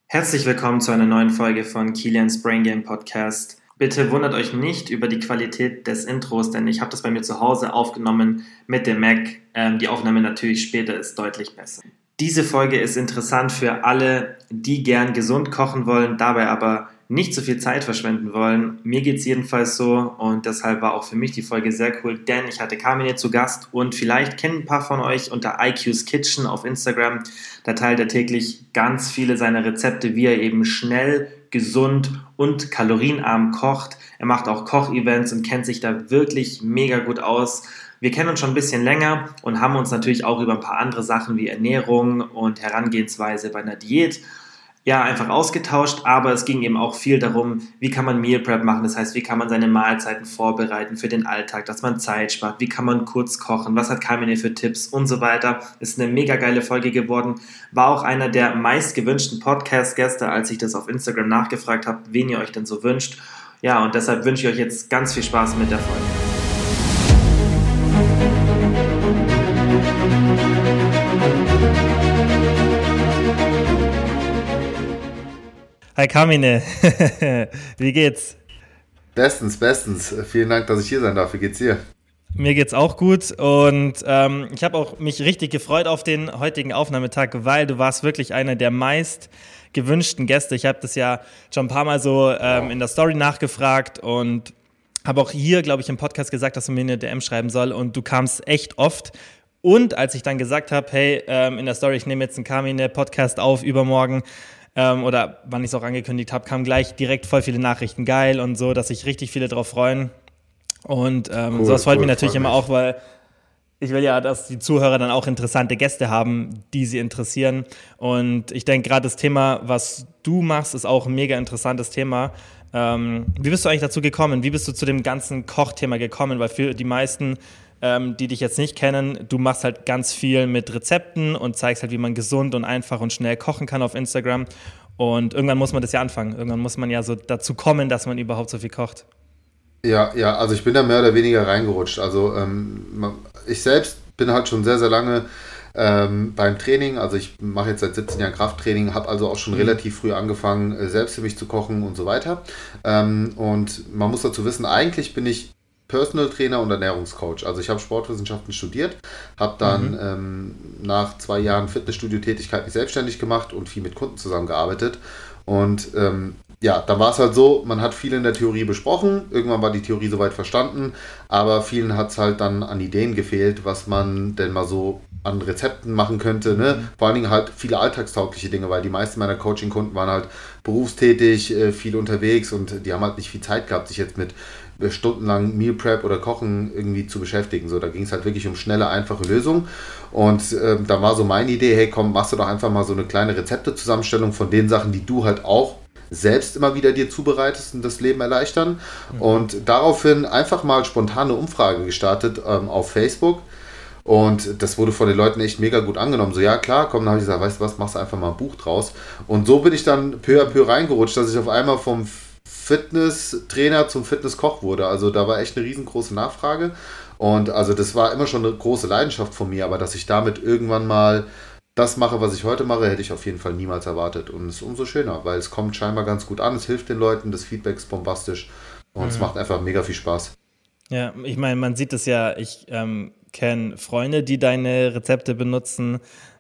Herzlich willkommen zu einer neuen Folge von Kilians Brain Game Podcast. Bitte wundert euch nicht über die Qualität des Intros, denn ich habe das bei mir zu Hause aufgenommen mit dem Mac. Die Aufnahme natürlich später ist deutlich besser. Diese Folge ist interessant für alle, die gern gesund kochen wollen, dabei aber nicht so viel Zeit verschwenden wollen. Mir geht es jedenfalls so und deshalb war auch für mich die Folge sehr cool, denn ich hatte Carmine zu Gast und vielleicht kennen ein paar von euch unter IQ's Kitchen auf Instagram. Da teilt er täglich ganz viele seiner Rezepte, wie er eben schnell, gesund und kalorienarm kocht. Er macht auch Kochevents und kennt sich da wirklich mega gut aus. Wir kennen uns schon ein bisschen länger und haben uns natürlich auch über ein paar andere Sachen wie Ernährung und Herangehensweise bei einer Diät einfach ausgetauscht, aber es ging eben auch viel darum, wie kann man Meal Prep machen, das heißt, wie kann man seine Mahlzeiten vorbereiten für den Alltag, dass man Zeit spart, wie kann man kurz kochen, was hat Carmine für Tipps und so weiter. Ist eine mega geile Folge geworden, war auch einer der meist gewünschten Podcast-Gäste, als ich das auf Instagram nachgefragt habe, wen ihr euch denn so wünscht. Ja, und deshalb wünsche ich euch jetzt ganz viel Spaß mit der Folge. Hi Carmine, wie geht's? Bestens. Vielen Dank, dass ich hier sein darf. Wie geht's dir? Mir geht's auch gut und ich habe auch mich richtig gefreut auf den heutigen Aufnahmetag, weil du warst wirklich einer der meist gewünschten Gäste. Ich habe das ja schon ein paar Mal so in der Story nachgefragt und habe auch hier, glaube ich, im Podcast gesagt, dass du mir eine DM schreiben soll und du kamst echt oft. Und als ich dann gesagt habe, hey, in der Story, ich nehme jetzt einen Carmine-Podcast auf übermorgen, oder wann ich es auch angekündigt habe, kamen gleich direkt voll viele Nachrichten, geil und so, dass sich richtig viele drauf freuen. Und sowas freut mich natürlich immer auch, weil ich will ja, dass die Zuhörer dann auch interessante Gäste haben, die sie interessieren. Und ich denke, gerade das Thema, was du machst, ist auch ein mega interessantes Thema. Wie bist du eigentlich dazu gekommen? Wie bist du zu dem ganzen Kochthema gekommen? Weil für die meisten, die dich jetzt nicht kennen, du machst halt ganz viel mit Rezepten und zeigst halt, wie man gesund und einfach und schnell kochen kann auf Instagram. Und irgendwann muss man das ja anfangen. Irgendwann muss man ja so dazu kommen, dass man überhaupt so viel kocht. Ja, also ich bin da mehr oder weniger reingerutscht. Also ich selbst bin halt schon sehr, sehr lange beim Training. Also ich mache jetzt seit 17 Jahren Krafttraining, habe also auch schon relativ früh angefangen, selbst für mich zu kochen und so weiter. Und man muss dazu wissen, eigentlich bin ich Personal Trainer und Ernährungscoach. Also ich habe Sportwissenschaften studiert, habe dann nach 2 Jahren Fitnessstudio-Tätigkeit mich selbstständig gemacht und viel mit Kunden zusammengearbeitet. Und dann war es halt so, man hat viel in der Theorie besprochen, irgendwann war die Theorie soweit verstanden, aber vielen hat es halt dann an Ideen gefehlt, was man denn mal so an Rezepten machen könnte, ne? Vor allen Dingen halt viele alltagstaugliche Dinge, weil die meisten meiner Coaching-Kunden waren halt berufstätig, viel unterwegs und die haben halt nicht viel Zeit gehabt, sich jetzt mit stundenlang Meal Prep oder Kochen irgendwie zu beschäftigen. So, da ging es halt wirklich um schnelle, einfache Lösungen. Und da war so meine Idee, hey komm, machst du doch einfach mal so eine kleine Rezeptezusammenstellung von den Sachen, die du halt auch selbst immer wieder dir zubereitest und das Leben erleichtern. Und daraufhin einfach mal spontane Umfrage gestartet auf Facebook. Und das wurde von den Leuten echt mega gut angenommen. So, ja klar, komm, dann habe ich gesagt, weißt du was, machst du einfach mal ein Buch draus. Und so bin ich dann peu à peu reingerutscht, dass ich auf einmal vom Fitnesstrainer zum Fitnesskoch wurde. Also da war echt eine riesengroße Nachfrage. Und also das war immer schon eine große Leidenschaft von mir, aber dass ich damit irgendwann mal das mache, was ich heute mache, hätte ich auf jeden Fall niemals erwartet. Und es ist umso schöner, weil es kommt scheinbar ganz gut an, es hilft den Leuten, das Feedback ist bombastisch und es macht einfach mega viel Spaß. Ja, ich meine, man sieht es ja, ich kenne Freunde, die deine Rezepte benutzen.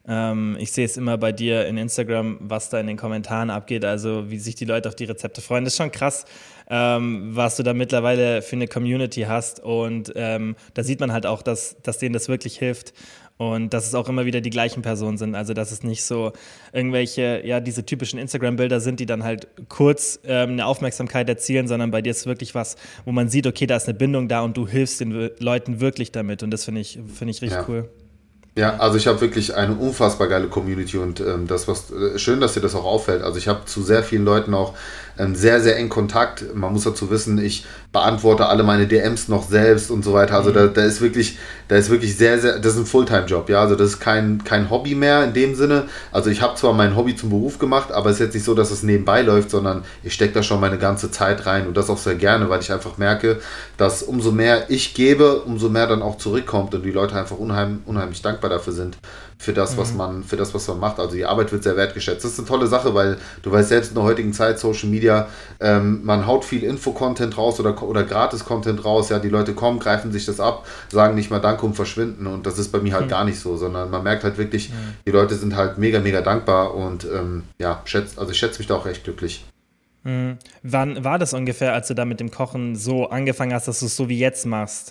Ich sehe es immer bei dir in Instagram, was da in den Kommentaren abgeht, also wie sich die Leute auf die Rezepte freuen. Das ist schon krass, was du da mittlerweile für eine Community hast und da sieht man halt auch, dass denen das wirklich hilft und dass es auch immer wieder die gleichen Personen sind, also dass es nicht so irgendwelche, diese typischen Instagram-Bilder sind, die dann halt kurz eine Aufmerksamkeit erzielen, sondern bei dir ist wirklich was, wo man sieht, okay, da ist eine Bindung da und du hilfst den Leuten wirklich damit und das finde ich richtig cool. Ja, also ich habe wirklich eine unfassbar geile Community und schön, dass dir das auch auffällt. Also ich habe zu sehr vielen Leuten auch sehr, sehr eng Kontakt. Man muss dazu wissen, ich beantworte alle meine DMs noch selbst und so weiter. Also da ist wirklich sehr, sehr, das ist ein Fulltime-Job, ja. Also das ist kein Hobby mehr in dem Sinne. Also ich habe zwar mein Hobby zum Beruf gemacht, aber es ist jetzt nicht so, dass es nebenbei läuft, sondern ich stecke da schon meine ganze Zeit rein und das auch sehr gerne, weil ich einfach merke, dass umso mehr ich gebe, umso mehr dann auch zurückkommt und die Leute einfach unheimlich dankbar dankbar dafür sind, für das, was man macht. Also die Arbeit wird sehr wertgeschätzt. Das ist eine tolle Sache, weil du weißt selbst in der heutigen Zeit, Social Media, man haut viel Info-Content raus oder Gratis-Content raus. Ja, die Leute kommen, greifen sich das ab, sagen nicht mal Danke und verschwinden. Und das ist bei mir halt gar nicht so, sondern man merkt halt wirklich, die Leute sind halt mega, mega dankbar und ich schätze mich da auch echt glücklich. Wann war das ungefähr, als du da mit dem Kochen so angefangen hast, dass du es so wie jetzt machst?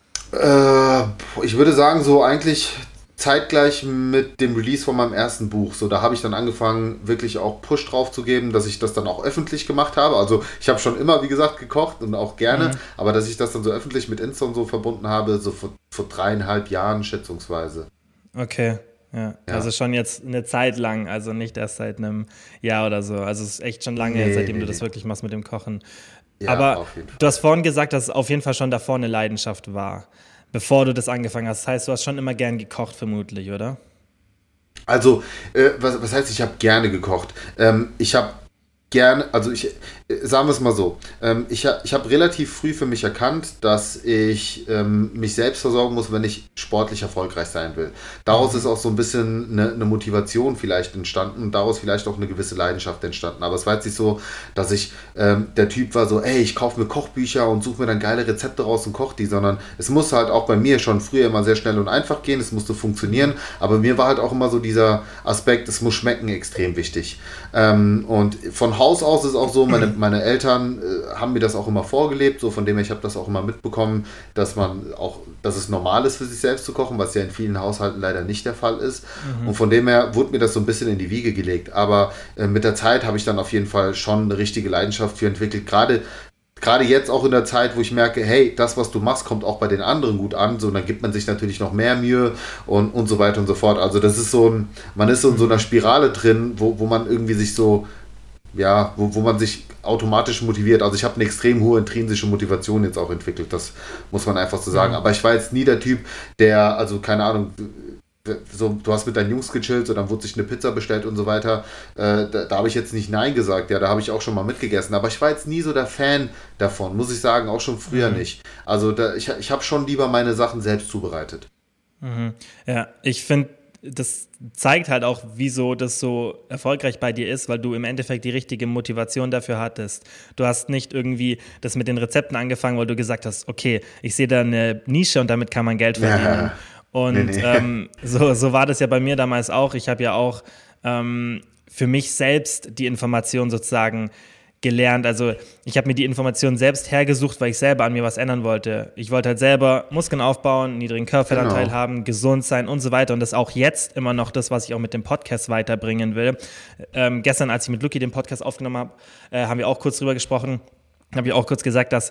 Ich würde sagen, so eigentlich zeitgleich mit dem Release von meinem ersten Buch. So, da habe ich dann angefangen, wirklich auch Push drauf zu geben, dass ich das dann auch öffentlich gemacht habe. Also ich habe schon immer, wie gesagt, gekocht und auch gerne, aber dass ich das dann so öffentlich mit Insta und so verbunden habe, so vor 3,5 Jahren schätzungsweise. Okay. Ja, also schon jetzt eine Zeit lang, also nicht erst seit einem Jahr oder so. Also es ist echt schon lange, seitdem du das wirklich machst mit dem Kochen. Ja, aber du hast vorhin gesagt, dass es auf jeden Fall schon davor eine Leidenschaft war, bevor du das angefangen hast. Das heißt, du hast schon immer gern gekocht vermutlich, oder? Also, was heißt, ich habe gerne gekocht? Ich habe gerne, sagen wir es mal so, ich habe relativ früh für mich erkannt, dass ich mich selbst versorgen muss, wenn ich sportlich erfolgreich sein will. Daraus ist auch so ein bisschen eine Motivation vielleicht entstanden und daraus vielleicht auch eine gewisse Leidenschaft entstanden. Aber es war jetzt nicht so, dass ich der Typ war so, ey, ich kaufe mir Kochbücher und suche mir dann geile Rezepte raus und koche die, sondern es musste halt auch bei mir schon früher immer sehr schnell und einfach gehen, es musste funktionieren, aber mir war halt auch immer so dieser Aspekt, es muss schmecken, extrem wichtig. Und von Haus aus ist auch so, meine Eltern haben mir das auch immer vorgelebt, so von dem her, ich habe das auch immer mitbekommen, dass es normal ist, für sich selbst zu kochen, was ja in vielen Haushalten leider nicht der Fall ist. Und von dem her wurde mir das so ein bisschen in die Wiege gelegt. Aber mit der Zeit habe ich dann auf jeden Fall schon eine richtige Leidenschaft für entwickelt. Gerade jetzt auch in der Zeit, wo ich merke, hey, das, was du machst, kommt auch bei den anderen gut an. So, dann gibt man sich natürlich noch mehr Mühe und so weiter und so fort. Also das ist man ist so in so einer Spirale drin, wo man irgendwie sich so, ja, wo man sich automatisch motiviert. Also ich habe eine extrem hohe intrinsische Motivation jetzt auch entwickelt, das muss man einfach so sagen. Aber ich war jetzt nie der Typ, der, also keine Ahnung, so, du hast mit deinen Jungs gechillt, so, dann wurde sich eine Pizza bestellt und so weiter. Da habe ich jetzt nicht Nein gesagt, ja, da habe ich auch schon mal mitgegessen. Aber ich war jetzt nie so der Fan davon, muss ich sagen, auch schon früher nicht. Also ich habe schon lieber meine Sachen selbst zubereitet. Ja, ich finde, das zeigt halt auch, wieso das so erfolgreich bei dir ist, weil du im Endeffekt die richtige Motivation dafür hattest. Du hast nicht irgendwie das mit den Rezepten angefangen, weil du gesagt hast, okay, ich sehe da eine Nische und damit kann man Geld verdienen. Ja. Und so war das ja bei mir damals auch. Ich habe ja auch für mich selbst die Information sozusagen gelernt. Also ich habe mir die Informationen selbst hergesucht, weil ich selber an mir was ändern wollte. Ich wollte halt selber Muskeln aufbauen, niedrigen Körperfettanteil haben, gesund sein und so weiter. Und das ist auch jetzt immer noch das, was ich auch mit dem Podcast weiterbringen will. Gestern, als ich mit Luki den Podcast aufgenommen habe, haben wir auch kurz drüber gesprochen. Habe ich auch kurz gesagt, dass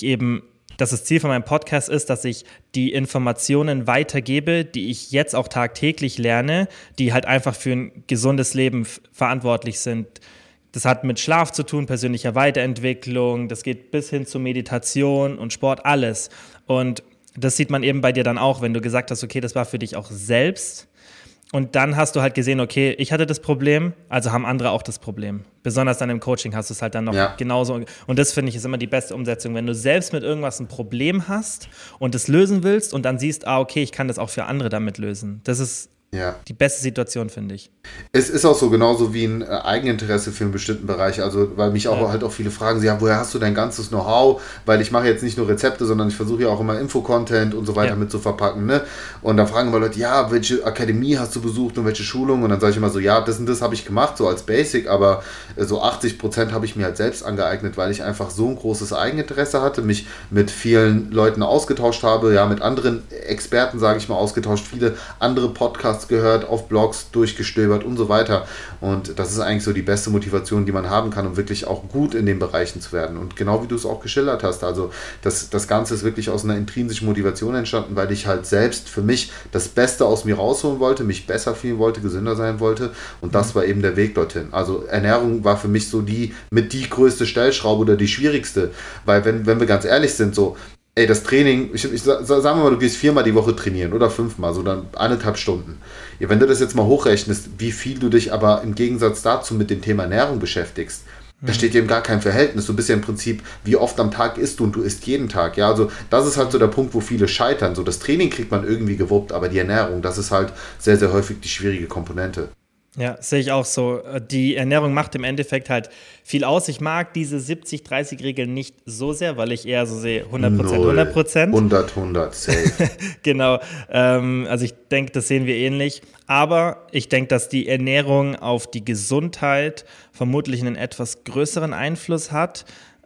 das Ziel von meinem Podcast ist, dass ich die Informationen weitergebe, die ich jetzt auch tagtäglich lerne, die halt einfach für ein gesundes Leben verantwortlich sind. Das hat mit Schlaf zu tun, persönlicher Weiterentwicklung, das geht bis hin zu Meditation und Sport, alles. Und das sieht man eben bei dir dann auch, wenn du gesagt hast, okay, das war für dich auch selbst. Und dann hast du halt gesehen, okay, ich hatte das Problem, also haben andere auch das Problem. Besonders dann im Coaching hast du es halt dann noch genauso. Und das, finde ich, ist immer die beste Umsetzung, wenn du selbst mit irgendwas ein Problem hast und es lösen willst und dann siehst, okay, ich kann das auch für andere damit lösen. Das ist die beste Situation, finde ich. Es ist auch so, genauso wie ein Eigeninteresse für einen bestimmten Bereich, also weil mich auch halt auch viele fragen, woher hast du dein ganzes Know-how, weil ich mache jetzt nicht nur Rezepte, sondern ich versuche ja auch immer Info-Content und so weiter mit zu verpacken, ne? Und da fragen immer Leute, welche Akademie hast du besucht und welche Schulung? Und dann sage ich immer so, das und das habe ich gemacht, so als Basic, aber so 80% habe ich mir halt selbst angeeignet, weil ich einfach so ein großes Eigeninteresse hatte, mich mit vielen Leuten ausgetauscht habe, mit anderen Experten, sage ich mal, ausgetauscht, viele andere Podcasts gehört, auf Blogs durchgestöbert und so weiter. Und das ist eigentlich so die beste Motivation, die man haben kann, um wirklich auch gut in den Bereichen zu werden. Und genau wie du es auch geschildert hast, also das Ganze ist wirklich aus einer intrinsischen Motivation entstanden, weil ich halt selbst für mich das Beste aus mir rausholen wollte, mich besser fühlen wollte, gesünder sein wollte. Und das war eben der Weg dorthin. Also Ernährung war für mich so die größte Stellschraube oder die schwierigste. Weil wenn wir ganz ehrlich sind, so das Training, sagen wir mal, du gehst 4-mal die Woche trainieren oder 5-mal, so dann 1,5 Stunden. Wenn du das jetzt mal hochrechnest, wie viel du dich aber im Gegensatz dazu mit dem Thema Ernährung beschäftigst, Da steht ja im gar kein Verhältnis. Du bist ja im Prinzip, wie oft am Tag isst du und du isst jeden Tag. Ja, also das ist halt so der Punkt, wo viele scheitern. So das Training kriegt man irgendwie gewuppt, aber die Ernährung, das ist halt sehr, sehr häufig die schwierige Komponente. Ja, sehe ich auch so. Die Ernährung macht im Endeffekt halt viel aus. Ich mag diese 70-30-Regel nicht so sehr, weil ich eher so sehe 100%, 100%. 100, safe. Genau. Also ich denke, das sehen wir ähnlich. Aber ich denke, dass die Ernährung auf die Gesundheit vermutlich einen etwas größeren Einfluss hat,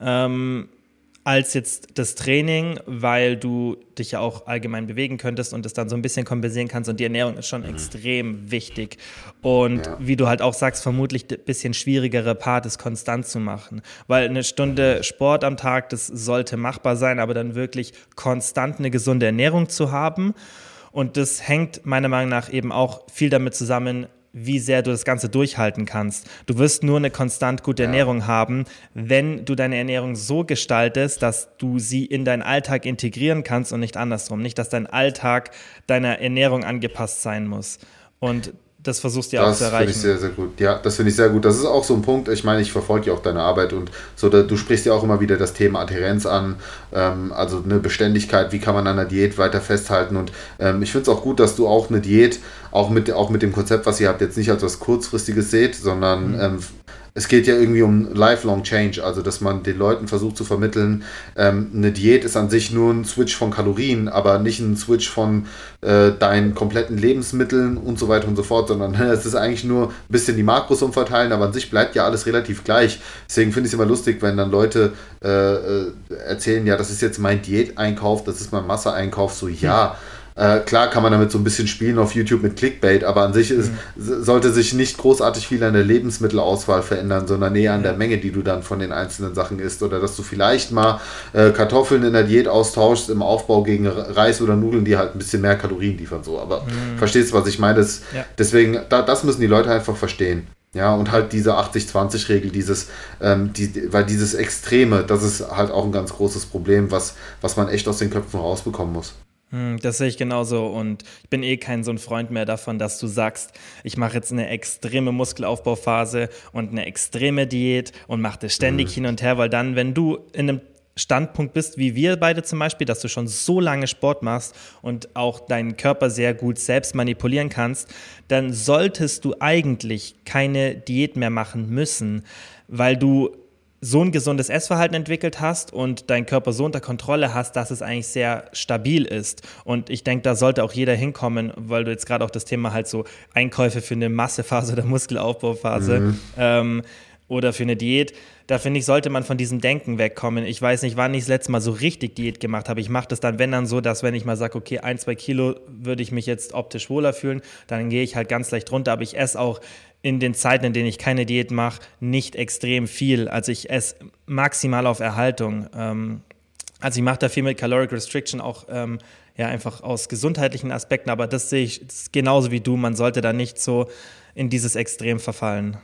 als jetzt das Training, weil du dich ja auch allgemein bewegen könntest und das dann so ein bisschen kompensieren kannst und die Ernährung ist schon extrem wichtig und wie du halt auch sagst, vermutlich ein bisschen schwierigere Part ist, konstant zu machen, weil eine Stunde Sport am Tag, das sollte machbar sein, aber dann wirklich konstant eine gesunde Ernährung zu haben und das hängt meiner Meinung nach eben auch viel damit zusammen, wie sehr du das Ganze durchhalten kannst. Du wirst nur eine konstant gute Ernährung haben, wenn du deine Ernährung so gestaltest, dass du sie in deinen Alltag integrieren kannst und nicht andersrum. Nicht, dass dein Alltag deiner Ernährung angepasst sein muss. Und das versuchst du ja auch zu erreichen. Das finde ich sehr, sehr gut. Ja, das finde ich sehr gut. Das ist auch so ein Punkt, ich meine, ich verfolge ja auch deine Arbeit und so, du sprichst ja auch immer wieder das Thema Adhärenz an, also eine Beständigkeit, wie kann man an einer Diät weiter festhalten und ich finde es auch gut, dass du auch eine Diät, auch mit dem Konzept, was ihr habt, jetzt nicht als was Kurzfristiges seht, sondern es geht ja irgendwie um Lifelong Change, also dass man den Leuten versucht zu vermitteln, eine Diät ist an sich nur ein Switch von Kalorien, aber nicht ein Switch von deinen kompletten Lebensmitteln und so weiter und so fort, sondern es ist eigentlich nur ein bisschen die Makros umverteilen, aber an sich bleibt ja alles relativ gleich. Deswegen finde ich es immer lustig, wenn dann Leute erzählen, ja, das ist jetzt mein Diäteinkauf, das ist mein Masseeinkauf, so ja. Klar kann man damit so ein bisschen spielen auf YouTube mit Clickbait, aber an sich sollte sich nicht großartig viel an der Lebensmittelauswahl verändern, sondern eher an der Menge, die du dann von den einzelnen Sachen isst. Oder dass du vielleicht mal Kartoffeln in der Diät austauschst im Aufbau gegen Reis oder Nudeln, die halt ein bisschen mehr Kalorien liefern. So. Aber verstehst du, was ich meine? Deswegen, das müssen die Leute einfach verstehen. Ja, und halt diese 80-20-Regel, weil dieses Extreme, das ist halt auch ein ganz großes Problem, was man echt aus den Köpfen rausbekommen muss. Das sehe ich genauso und ich bin kein so ein Freund mehr davon, dass du sagst, ich mache jetzt eine extreme Muskelaufbauphase und eine extreme Diät und mache das ständig hin und her, weil dann, wenn du in einem Standpunkt bist, wie wir beide zum Beispiel, dass du schon so lange Sport machst und auch deinen Körper sehr gut selbst manipulieren kannst, dann solltest du eigentlich keine Diät mehr machen müssen, weil du so ein gesundes Essverhalten entwickelt hast und deinen Körper so unter Kontrolle hast, dass es eigentlich sehr stabil ist. Und ich denke, da sollte auch jeder hinkommen, weil du jetzt gerade auch das Thema halt so Einkäufe für eine Massephase oder Muskelaufbauphase oder für eine Diät, da finde ich, sollte man von diesem Denken wegkommen. Ich weiß nicht, wann ich das letzte Mal so richtig Diät gemacht habe. Ich mache das dann, wenn dann so, dass wenn ich mal sage, okay, 1-2 Kilo würde ich mich jetzt optisch wohler fühlen, dann gehe ich halt ganz leicht runter, aber ich esse auch in den Zeiten, in denen ich keine Diät mache, nicht extrem viel. Also ich esse maximal auf Erhaltung. Also ich mache da viel mit Caloric Restriction, auch einfach aus gesundheitlichen Aspekten, aber das sehe ich das genauso wie du. Man sollte da nicht so in dieses Extrem verfallen.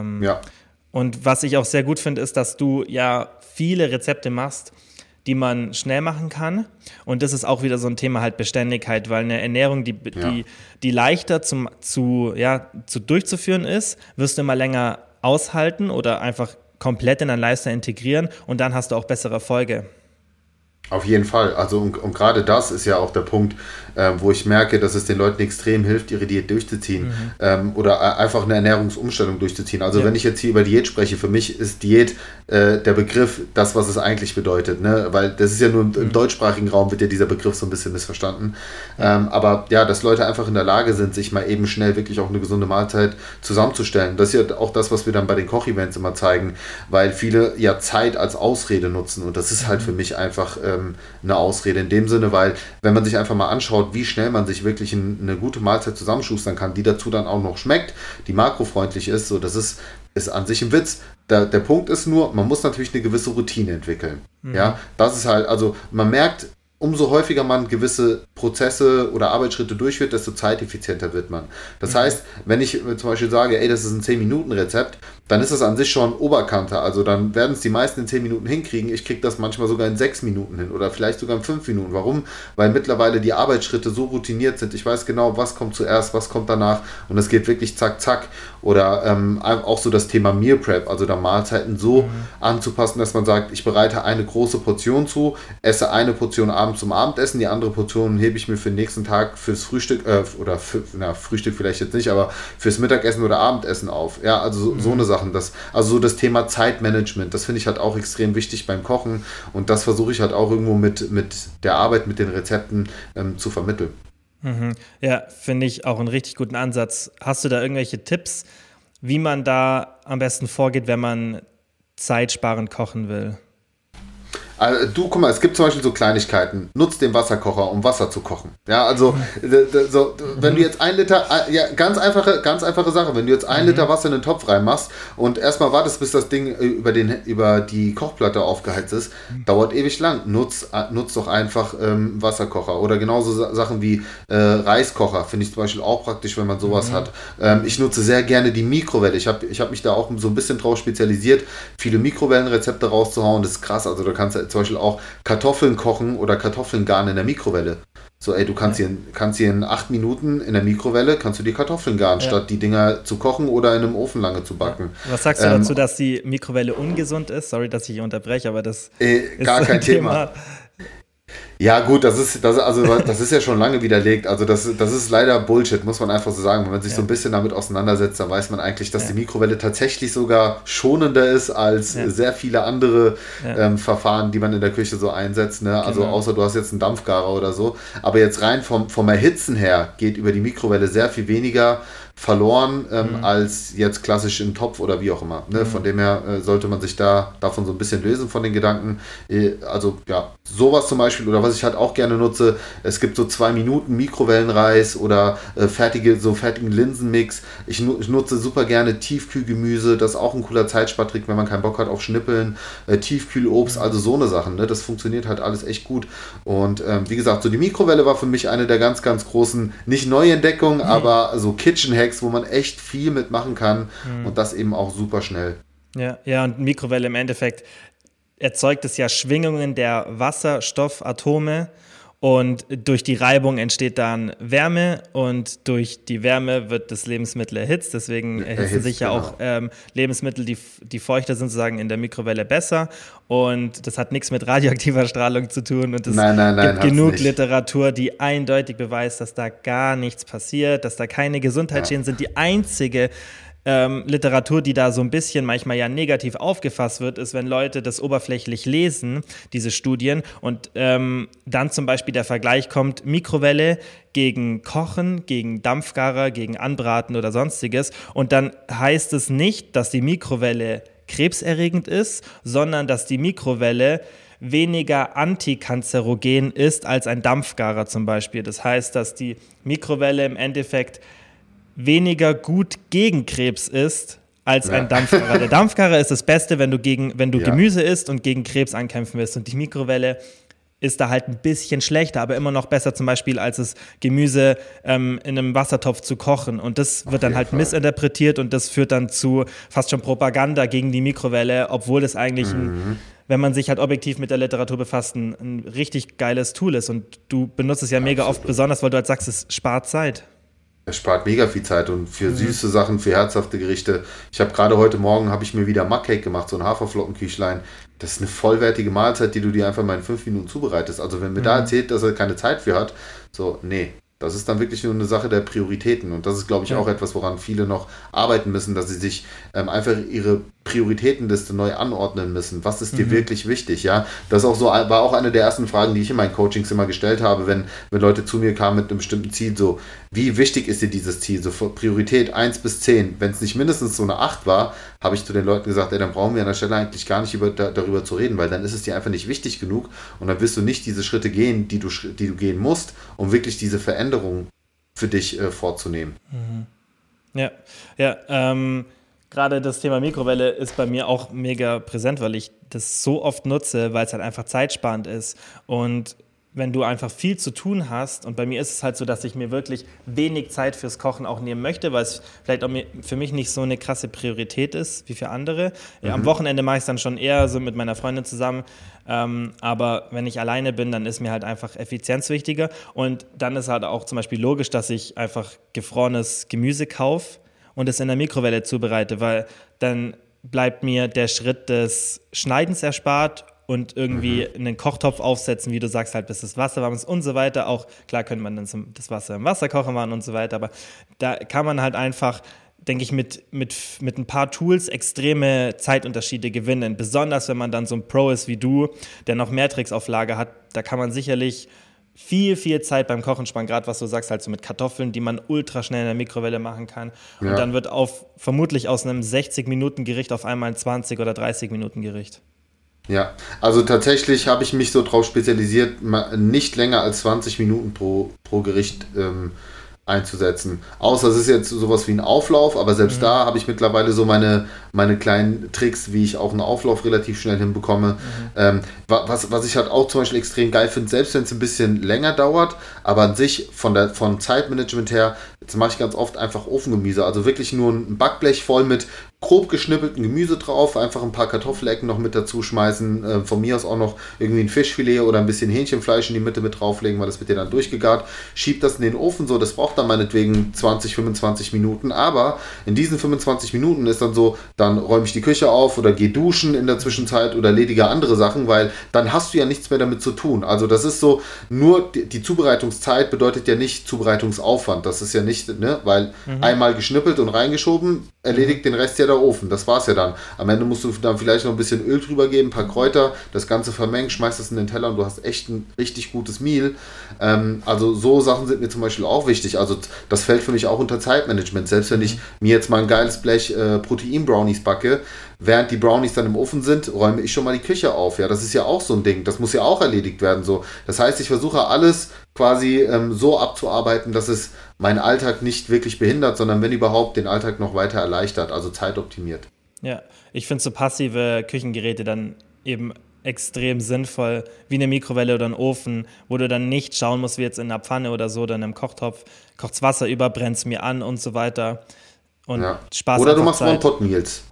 Und was ich auch sehr gut finde, ist, dass du ja viele Rezepte machst, die man schnell machen kann. Und das ist auch wieder so ein Thema halt Beständigkeit, weil eine Ernährung, die leichter durchzuführen ist, wirst du immer länger aushalten oder einfach komplett in dein Lifestyle integrieren und dann hast du auch bessere Erfolge. Auf jeden Fall. Also und gerade das ist ja auch der Punkt, wo ich merke, dass es den Leuten extrem hilft, ihre Diät durchzuziehen oder einfach eine Ernährungsumstellung durchzuziehen. Also wenn ich jetzt hier über Diät spreche, für mich ist Diät der Begriff das, was es eigentlich bedeutet. Ne? Weil das ist ja nur im deutschsprachigen Raum wird ja dieser Begriff so ein bisschen missverstanden. Aber ja, dass Leute einfach in der Lage sind, sich mal eben schnell wirklich auch eine gesunde Mahlzeit zusammenzustellen. Das ist ja auch das, was wir dann bei den Koch-Events immer zeigen, weil viele ja Zeit als Ausrede nutzen und das ist halt für mich einfach eine Ausrede in dem Sinne, weil wenn man sich einfach mal anschaut, wie schnell man sich wirklich eine gute Mahlzeit zusammenschustern kann, die dazu dann auch noch schmeckt, die makrofreundlich ist, so das ist an sich ein Witz. Der Punkt ist nur, man muss natürlich eine gewisse Routine entwickeln. Ja, das ist halt, also man merkt, umso häufiger man gewisse Prozesse oder Arbeitsschritte durchführt, desto zeiteffizienter wird man. Das heißt, wenn ich zum Beispiel sage, ey, das ist ein 10-Minuten-Rezept, dann ist das an sich schon Oberkante. Also dann werden es die meisten in 10 Minuten hinkriegen. Ich kriege das manchmal sogar in 6 Minuten hin oder vielleicht sogar in 5 Minuten. Warum? Weil mittlerweile die Arbeitsschritte so routiniert sind. Ich weiß genau, was kommt zuerst, was kommt danach und es geht wirklich zack, zack. Oder auch so das Thema Meal Prep, also da Mahlzeiten so anzupassen, dass man sagt, ich bereite eine große Portion zu, esse eine Portion abends zum Abendessen, die andere Portion hebe ich mir für den nächsten Tag fürs Frühstück, Frühstück vielleicht jetzt nicht, aber fürs Mittagessen oder Abendessen auf. Ja, also so eine Sachen. Also so das Thema Zeitmanagement, das finde ich halt auch extrem wichtig beim Kochen und das versuche ich halt auch irgendwo mit der Arbeit, mit den Rezepten zu vermitteln. Ja, finde ich auch einen richtig guten Ansatz. Hast du da irgendwelche Tipps, wie man da am besten vorgeht, wenn man zeitsparend kochen will? Also, du, guck mal, es gibt zum Beispiel so Kleinigkeiten. Nutz den Wasserkocher, um Wasser zu kochen. Ja, also, wenn du jetzt 1 Liter, ja, ganz einfache Sache, wenn du jetzt 1 Liter Wasser in den Topf reinmachst und erstmal wartest, bis das Ding über die Kochplatte aufgeheizt ist, dauert ewig lang. Nutz doch einfach Wasserkocher. Oder genauso Sachen wie Reiskocher, finde ich zum Beispiel auch praktisch, wenn man sowas hat. Ich nutze sehr gerne die Mikrowelle. Ich hab mich da auch so ein bisschen drauf spezialisiert, viele Mikrowellenrezepte rauszuhauen. Das ist krass, also da kannst du zum Beispiel auch Kartoffeln kochen oder Kartoffeln garen in der Mikrowelle. So, ey, du kannst hier in 8 Minuten in der Mikrowelle, kannst du die Kartoffeln garen, statt die Dinger zu kochen oder in einem Ofen lange zu backen. Was sagst du dazu, dass die Mikrowelle ungesund ist? Sorry, dass ich unterbreche, aber das ist gar kein Thema. Ja gut, das ist ja schon lange widerlegt. Also das ist leider Bullshit, muss man einfach so sagen. Wenn man sich so ein bisschen damit auseinandersetzt, dann weiß man eigentlich, dass die Mikrowelle tatsächlich sogar schonender ist als sehr viele andere Verfahren, die man in der Küche so einsetzt. Ne? Also außer du hast jetzt einen Dampfgarer oder so. Aber jetzt rein vom Erhitzen her geht über die Mikrowelle sehr viel weniger verloren als jetzt klassisch im Topf oder wie auch immer. Ne? Von dem her sollte man sich davon so ein bisschen lösen von den Gedanken. Also ja, sowas zum Beispiel oder was ich halt auch gerne nutze, es gibt so 2 Minuten Mikrowellenreis oder fertigen Linsenmix. Ich nutze super gerne Tiefkühlgemüse, das ist auch ein cooler Zeitspartrick, wenn man keinen Bock hat auf Schnippeln, Tiefkühlobst, also so eine Sachen. Ne? Das funktioniert halt alles echt gut. Und wie gesagt, so die Mikrowelle war für mich eine der ganz, ganz großen, nicht Neuentdeckungen, aber so Kitchen-Hacks, wo man echt viel mitmachen kann und das eben auch super schnell. Ja, und Mikrowelle im Endeffekt erzeugt es ja Schwingungen der Wasserstoffatome und durch die Reibung entsteht dann Wärme und durch die Wärme wird das Lebensmittel erhitzt. Deswegen erhitzen sich ja auch Lebensmittel, die feuchter sind, sozusagen in der Mikrowelle besser. Und das hat nichts mit radioaktiver Strahlung zu tun. Und es gibt genug Literatur, die eindeutig beweist, dass da gar nichts passiert, dass da keine Gesundheitsschäden sind. Die einzige Literatur, die da so ein bisschen manchmal ja negativ aufgefasst wird, ist, wenn Leute das oberflächlich lesen, diese Studien, und dann zum Beispiel der Vergleich kommt, Mikrowelle gegen Kochen, gegen Dampfgarer, gegen Anbraten oder sonstiges, und dann heißt es nicht, dass die Mikrowelle krebserregend ist, sondern dass die Mikrowelle weniger antikanzerogen ist als ein Dampfgarer zum Beispiel. Das heißt, dass die Mikrowelle im Endeffekt weniger gut gegen Krebs ist als ein Dampfgarer. Der Dampfgarer ist das Beste, wenn du Gemüse isst und gegen Krebs ankämpfen willst. Und die Mikrowelle ist da halt ein bisschen schlechter, aber immer noch besser zum Beispiel, als das Gemüse in einem Wassertopf zu kochen. Und das wird dann halt missinterpretiert und das führt dann zu fast schon Propaganda gegen die Mikrowelle, obwohl das eigentlich wenn man sich halt objektiv mit der Literatur befasst, ein richtig geiles Tool ist. Und du benutzt es ja mega oft, besonders weil du halt sagst, es spart Zeit. Es spart mega viel Zeit und für süße Sachen, für herzhafte Gerichte. Ich habe gerade heute Morgen, habe ich mir wieder Mugcake gemacht, so ein Haferflockenküchlein. Das ist eine vollwertige Mahlzeit, die du dir einfach mal in 5 Minuten zubereitest. Also wenn mir da erzählt, dass er keine Zeit für hat, so, nee. Das ist dann wirklich nur eine Sache der Prioritäten. Und das ist, glaube ich, auch etwas, woran viele noch arbeiten müssen, dass sie sich einfach ihre Prioritätenliste neu anordnen müssen. Was ist dir wirklich wichtig? Ja, das ist auch so, war auch eine der ersten Fragen, die ich in meinen Coachings immer gestellt habe, wenn Leute zu mir kamen mit einem bestimmten Ziel. So, wie wichtig ist dir dieses Ziel? So Priorität 1 bis 10. Wenn es nicht mindestens so eine 8 war, habe ich zu den Leuten gesagt, ey, dann brauchen wir an der Stelle eigentlich gar nicht darüber zu reden, weil dann ist es dir einfach nicht wichtig genug und dann wirst du nicht diese Schritte gehen, die du gehen musst, um wirklich diese Veränderung für dich vorzunehmen. Ja, gerade das Thema Mikrowelle ist bei mir auch mega präsent, weil ich das so oft nutze, weil es halt einfach zeitsparend ist. Und wenn du einfach viel zu tun hast, und bei mir ist es halt so, dass ich mir wirklich wenig Zeit fürs Kochen auch nehmen möchte, weil es vielleicht auch für mich nicht so eine krasse Priorität ist wie für andere. Ja, am Wochenende mache ich es dann schon eher so mit meiner Freundin zusammen, aber wenn ich alleine bin, dann ist mir halt einfach Effizienz wichtiger, und dann ist halt auch zum Beispiel logisch, dass ich einfach gefrorenes Gemüse kaufe und es in der Mikrowelle zubereite, weil dann bleibt mir der Schritt des Schneidens erspart und irgendwie einen Kochtopf aufsetzen, wie du sagst, halt bis das Wasser warm ist und so weiter. Auch klar könnte man dann das Wasser im Wasserkocher machen und so weiter, aber da kann man halt einfach, denke ich, mit ein paar Tools extreme Zeitunterschiede gewinnen. Besonders, wenn man dann so ein Pro ist wie du, der noch mehr Tricks auf Lager hat, da kann man sicherlich viel, viel Zeit beim Kochen sparen, gerade was du sagst, halt so mit Kartoffeln, die man ultra schnell in der Mikrowelle machen kann. Ja. Und dann wird vermutlich aus einem 60-Minuten-Gericht auf einmal ein 20- oder 30-Minuten-Gericht. Ja, also tatsächlich habe ich mich so drauf spezialisiert, nicht länger als 20 Minuten pro Gericht einzusetzen. Außer es ist jetzt sowas wie ein Auflauf, aber selbst da habe ich mittlerweile so meine kleinen Tricks, wie ich auch einen Auflauf relativ schnell hinbekomme. Was ich halt auch zum Beispiel extrem geil finde, selbst wenn es ein bisschen länger dauert, aber an sich von Zeitmanagement her, jetzt mache ich ganz oft einfach Ofengemüse, also wirklich nur ein Backblech voll mit grob geschnippelten Gemüse drauf, einfach ein paar Kartoffelecken noch mit dazu schmeißen, von mir aus auch noch irgendwie ein Fischfilet oder ein bisschen Hähnchenfleisch in die Mitte mit drauflegen, weil das wird ja dann durchgegart, schiebt das in den Ofen, so, das braucht dann meinetwegen 20, 25 Minuten, aber in diesen 25 Minuten ist dann so, dann räume ich die Küche auf oder gehe duschen in der Zwischenzeit oder erledige andere Sachen, weil dann hast du ja nichts mehr damit zu tun. Also das ist so, nur die Zubereitungszeit bedeutet ja nicht Zubereitungsaufwand, das ist ja nicht, ne, weil einmal geschnippelt und reingeschoben, erledigt den Rest ja der Ofen, das war's ja dann. Am Ende musst du dann vielleicht noch ein bisschen Öl drüber geben, ein paar Kräuter, das Ganze vermengen, schmeißt das in den Teller und du hast echt ein richtig gutes Meal. Also so Sachen sind mir zum Beispiel auch wichtig. Also das fällt für mich auch unter Zeitmanagement. Selbst wenn ich mir jetzt mal ein geiles Blech Protein-Brownies backe, während die Brownies dann im Ofen sind, räume ich schon mal die Küche auf. Ja, das ist ja auch so ein Ding. Das muss ja auch erledigt werden. So. Das heißt, ich versuche alles quasi so abzuarbeiten, dass es meinen Alltag nicht wirklich behindert, sondern wenn überhaupt den Alltag noch weiter erleichtert, also zeitoptimiert. Ja, ich finde so passive Küchengeräte dann eben extrem sinnvoll, wie eine Mikrowelle oder ein Ofen, wo du dann nicht schauen musst, wie jetzt in einer Pfanne oder so, oder in einem Kochtopf, kocht's Wasser über, brennt's mir an und so weiter. Und Spaß. Oder du machst One-Pot-Meals.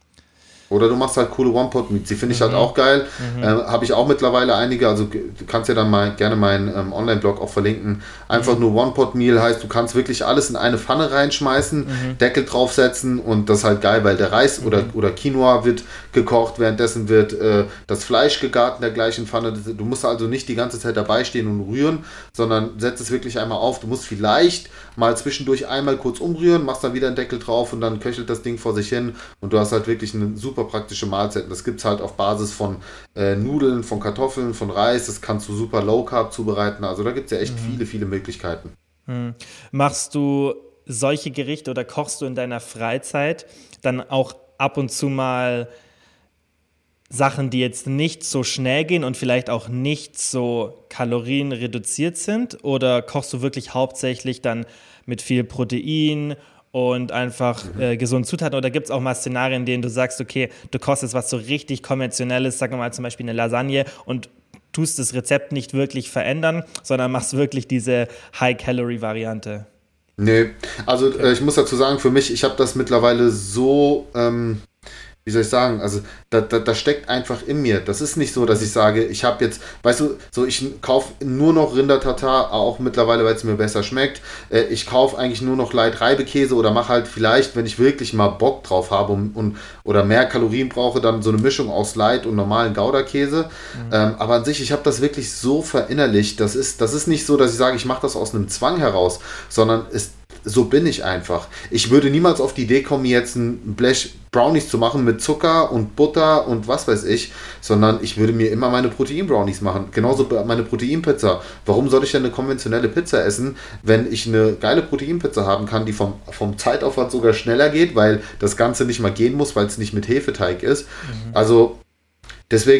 Oder du machst halt coole One-Pot-Meats. Die finde ich halt auch geil. Habe ich auch mittlerweile einige. Also du kannst ja dann gerne meinen Online-Blog auch verlinken. Einfach nur One-Pot-Meal heißt, du kannst wirklich alles in eine Pfanne reinschmeißen, Deckel draufsetzen und das ist halt geil, weil der Reis oder Quinoa wird gekocht, währenddessen wird das Fleisch gegart in der gleichen Pfanne. Du musst also nicht die ganze Zeit dabei stehen und rühren, sondern setzt es wirklich einmal auf. Du musst vielleicht mal zwischendurch einmal kurz umrühren, machst dann wieder einen Deckel drauf und dann köchelt das Ding vor sich hin und du hast halt wirklich eine super praktische Mahlzeiten. Das gibt es halt auf Basis von Nudeln, von Kartoffeln, von Reis. Das kannst du super Low Carb zubereiten. Also da gibt es ja echt viele Möglichkeiten. Machst du solche Gerichte oder kochst du in deiner Freizeit dann auch ab und zu mal Sachen, die jetzt nicht so schnell gehen und vielleicht auch nicht so kalorienreduziert sind? Oder kochst du wirklich hauptsächlich dann mit viel Protein und einfach gesunden Zutaten? Oder gibt es auch mal Szenarien, in denen du sagst, okay, du kochst jetzt was so richtig Konventionelles, sagen wir mal zum Beispiel eine Lasagne, und tust das Rezept nicht wirklich verändern, sondern machst wirklich diese High-Calorie-Variante? Nee, also ich muss dazu sagen, für mich, ich habe das mittlerweile so... wie soll ich sagen, also da steckt einfach in mir. Das ist nicht so, dass ich sage, ich habe jetzt, weißt du, so ich kaufe nur noch Rinder-Tartar, auch mittlerweile, weil es mir besser schmeckt. Ich kaufe eigentlich nur noch Light Reibekäse oder mache halt vielleicht, wenn ich wirklich mal Bock drauf habe oder mehr Kalorien brauche, dann so eine Mischung aus Light und normalen Gouda-Käse. Aber an sich, ich habe das wirklich so verinnerlicht. Das ist nicht so, dass ich sage, ich mache das aus einem Zwang heraus, sondern so bin ich einfach. Ich würde niemals auf die Idee kommen, jetzt ein Blech Brownies zu machen mit Zucker und Butter und was weiß ich, sondern ich würde mir immer meine Protein-Brownies machen. Genauso meine Proteinpizza. Warum soll ich denn eine konventionelle Pizza essen, wenn ich eine geile Proteinpizza haben kann, die vom Zeitaufwand sogar schneller geht, weil das Ganze nicht mal gehen muss, weil es nicht mit Hefeteig ist. Also deswegen,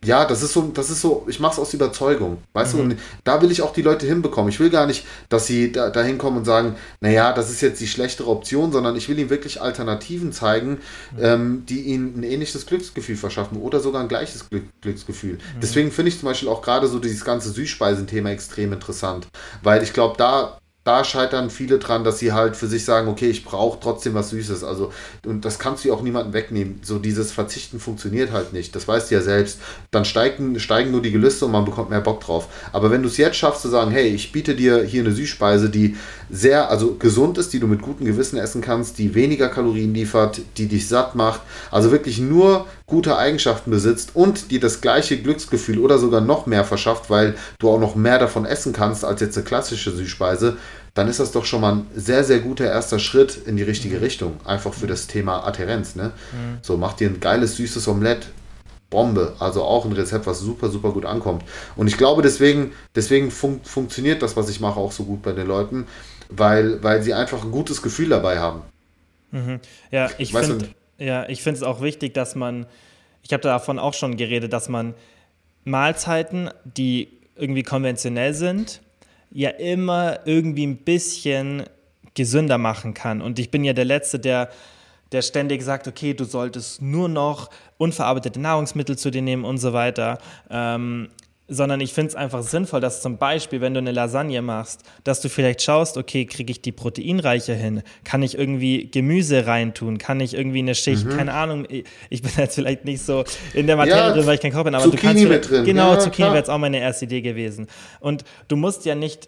Ja, das ist so, ich mache es aus Überzeugung, weißt du, und da will ich auch die Leute hinbekommen. Ich will gar nicht, dass sie da hinkommen und sagen, naja, das ist jetzt die schlechtere Option, sondern ich will ihnen wirklich Alternativen zeigen, die ihnen ein ähnliches Glücksgefühl verschaffen oder sogar ein gleiches Glücksgefühl. Deswegen finde ich zum Beispiel auch gerade so dieses ganze Süßspeisenthema extrem interessant, weil ich glaube, da scheitern viele dran, dass sie halt für sich sagen, okay, ich brauche trotzdem was Süßes. Also, und das kannst du ja auch niemandem wegnehmen. So dieses Verzichten funktioniert halt nicht. Das weißt du ja selbst. Dann steigen nur die Gelüste und man bekommt mehr Bock drauf. Aber wenn du es jetzt schaffst zu sagen, hey, ich biete dir hier eine Süßspeise, die sehr, also gesund ist, die du mit gutem Gewissen essen kannst, die weniger Kalorien liefert, die dich satt macht, also wirklich nur gute Eigenschaften besitzt und dir das gleiche Glücksgefühl oder sogar noch mehr verschafft, weil du auch noch mehr davon essen kannst als jetzt eine klassische Süßspeise, dann ist das doch schon mal ein sehr, sehr guter erster Schritt in die richtige Richtung. Einfach für das Thema Adhärenz. Ne? So, mach dir ein geiles, süßes Omelett. Bombe. Also auch ein Rezept, was super, super gut ankommt. Und ich glaube, deswegen funktioniert das, was ich mache, auch so gut bei den Leuten, weil sie einfach ein gutes Gefühl dabei haben. Ja, Weißt du, ich finde es auch wichtig, dass man, ich habe davon auch schon geredet, dass man Mahlzeiten, die irgendwie konventionell sind, ja immer irgendwie ein bisschen gesünder machen kann. Und ich bin ja der Letzte, der ständig sagt, okay, du solltest nur noch unverarbeitete Nahrungsmittel zu dir nehmen und so weiter. Sondern ich finde es einfach sinnvoll, dass zum Beispiel, wenn du eine Lasagne machst, dass du vielleicht schaust, okay, kriege ich die proteinreicher hin? Kann ich irgendwie Gemüse reintun? Kann ich irgendwie eine Schicht, keine Ahnung, ich bin jetzt vielleicht nicht so in der Materie drin, weil ich kein Koch bin, aber Zucchini du kannst mit drin. Genau, Ja, Zucchini klar. wäre jetzt auch meine erste Idee gewesen. Und du musst ja nicht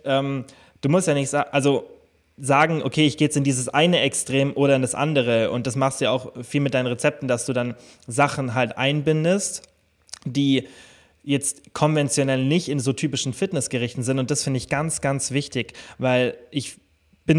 sagen, okay, ich gehe jetzt in dieses eine Extrem oder in das andere. Und das machst du ja auch viel mit deinen Rezepten, dass du dann Sachen halt einbindest, die jetzt konventionell nicht in so typischen Fitnessgerichten sind. Und das finde ich ganz, ganz wichtig, weil bin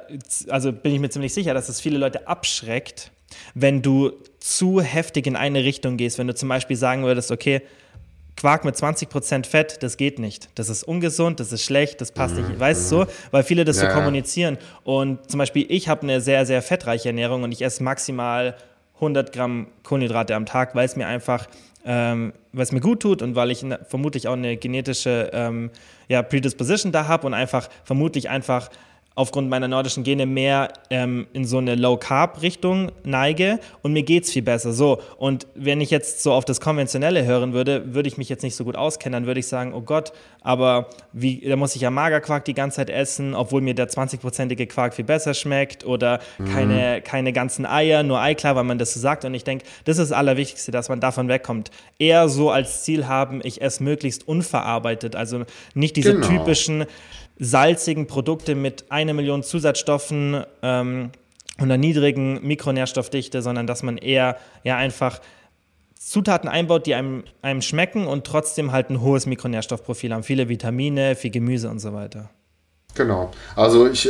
ich mir ziemlich sicher, dass es viele Leute abschreckt, wenn du zu heftig in eine Richtung gehst. Wenn du zum Beispiel sagen würdest, okay, Quark mit 20% Fett, das geht nicht. Das ist ungesund, das ist schlecht, das passt nicht. Weißt du so? Weil viele das so kommunizieren. Und zum Beispiel, ich habe eine sehr, sehr fettreiche Ernährung und ich esse maximal 100 Gramm Kohlenhydrate am Tag, weil es mir einfach weil es mir gut tut und weil ich vermutlich auch eine genetische Predisposition da habe und vermutlich aufgrund meiner nordischen Gene mehr in so eine Low-Carb-Richtung neige und mir geht's viel besser. So, und wenn ich jetzt so auf das Konventionelle hören würde ich mich jetzt nicht so gut auskennen, dann würde ich sagen, oh Gott, aber da muss ich ja Magerquark die ganze Zeit essen, obwohl mir der 20%ige Quark viel besser schmeckt oder keine ganzen Eier, nur Eiklar, weil man das so sagt. Und ich denke, das ist das Allerwichtigste, dass man davon wegkommt. Eher so als Ziel haben, ich esse möglichst unverarbeitet, also nicht diese typischen salzigen Produkte mit 1 Million Zusatzstoffen und einer niedrigen Mikronährstoffdichte, sondern dass man eher einfach Zutaten einbaut, die einem schmecken und trotzdem halt ein hohes Mikronährstoffprofil haben. Viele Vitamine, viel Gemüse und so weiter. Genau. Also ich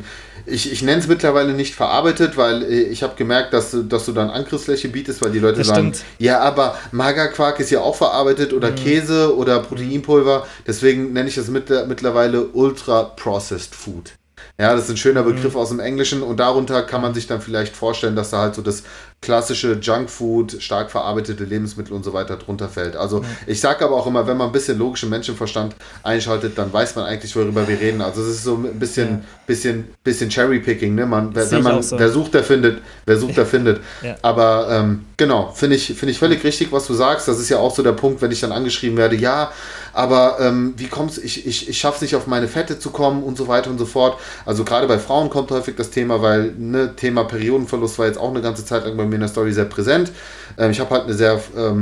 nenne es mittlerweile nicht verarbeitet, weil ich habe gemerkt, dass du dann Angriffsfläche bietest, weil die Leute sagen, ja, aber Magerquark ist ja auch verarbeitet oder Käse oder Proteinpulver. Deswegen nenne ich das mittlerweile Ultra-Processed Food. Ja, das ist ein schöner Begriff aus dem Englischen und darunter kann man sich dann vielleicht vorstellen, dass da halt so das klassische Junkfood, stark verarbeitete Lebensmittel und so weiter drunter fällt. Also ich sage aber auch immer, wenn man ein bisschen logischen Menschenverstand einschaltet, dann weiß man eigentlich, worüber wir reden. Also es ist so ein bisschen Cherry-Picking, ne? Wer sucht, der findet. Ja. Aber genau, finde ich völlig richtig, was du sagst. Das ist ja auch so der Punkt, wenn ich dann angeschrieben werde, ja, aber wie kommst ich schaffe es nicht, auf meine Fette zu kommen und so weiter und so fort. Also gerade bei Frauen kommt häufig das Thema, weil Thema Periodenverlust war jetzt auch eine ganze Zeit lang bei mir in der Story sehr präsent. Ich habe halt eine sehr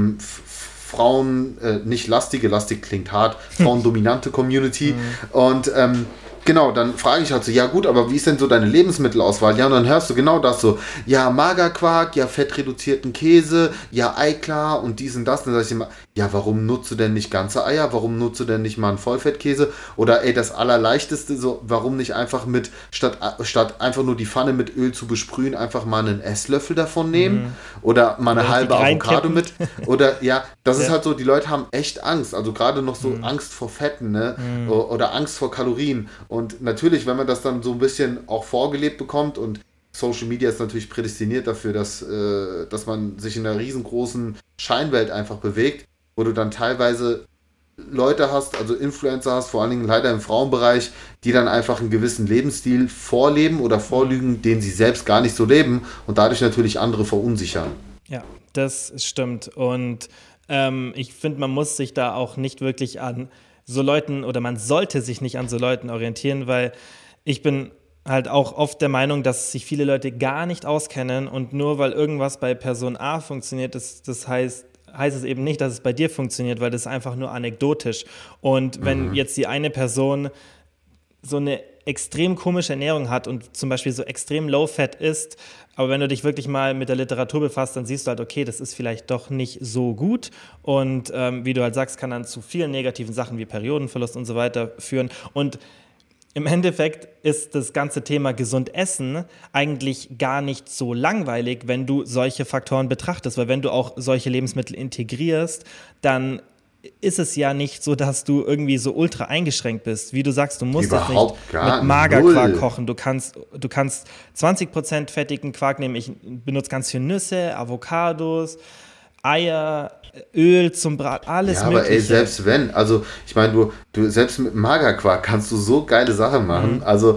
nicht lastig klingt hart, frauendominante Community und genau, dann frage ich halt so, ja gut, aber wie ist denn so deine Lebensmittelauswahl? Ja, und dann hörst du genau das so, ja Magerquark, ja fettreduzierten Käse, ja Eiklar und dies und das. Dann sag ich immer, ja, warum nutzt du denn nicht ganze Eier? Warum nutzt du denn nicht mal einen Vollfettkäse? Oder das Allerleichteste, so, warum nicht einfach statt einfach nur die Pfanne mit Öl zu besprühen, einfach mal einen Esslöffel davon nehmen? Oder mal eine halbe Avocado mit? Oder ja, das ist halt so, die Leute haben echt Angst. Also gerade noch so Angst vor Fetten, ne? Oder Angst vor Kalorien. Und natürlich, wenn man das dann so ein bisschen auch vorgelebt bekommt und Social Media ist natürlich prädestiniert dafür, dass man sich in einer riesengroßen Scheinwelt einfach bewegt, wo du dann teilweise Leute hast, also Influencer hast, vor allen Dingen leider im Frauenbereich, die dann einfach einen gewissen Lebensstil vorleben oder vorlügen, den sie selbst gar nicht so leben und dadurch natürlich andere verunsichern. Ja, das stimmt. Und ich finde, man muss sich da auch nicht wirklich an so Leuten oder man sollte sich nicht an so Leuten orientieren, weil ich bin halt auch oft der Meinung, dass sich viele Leute gar nicht auskennen und nur weil irgendwas bei Person A funktioniert, das heißt es eben nicht, dass es bei dir funktioniert, weil das ist einfach nur anekdotisch. Und wenn jetzt die eine Person so eine extrem komische Ernährung hat und zum Beispiel so extrem low-fat isst, aber wenn du dich wirklich mal mit der Literatur befasst, dann siehst du halt, okay, das ist vielleicht doch nicht so gut und wie du halt sagst, kann dann zu vielen negativen Sachen wie Periodenverlust und so weiter führen und im Endeffekt ist das ganze Thema gesund essen eigentlich gar nicht so langweilig, wenn du solche Faktoren betrachtest, weil wenn du auch solche Lebensmittel integrierst, dann ist es ja nicht so, dass du irgendwie so ultra eingeschränkt bist. Wie du sagst, du musst jetzt nicht mit Magerquark kochen. Du kannst 20% fettigen Quark nehmen. Ich benutze ganz viel Nüsse, Avocados, Eier, Öl zum Braten, alles ja, mögliche. Aber selbst wenn, also ich meine, du selbst mit Magerquark kannst du so geile Sachen machen. Also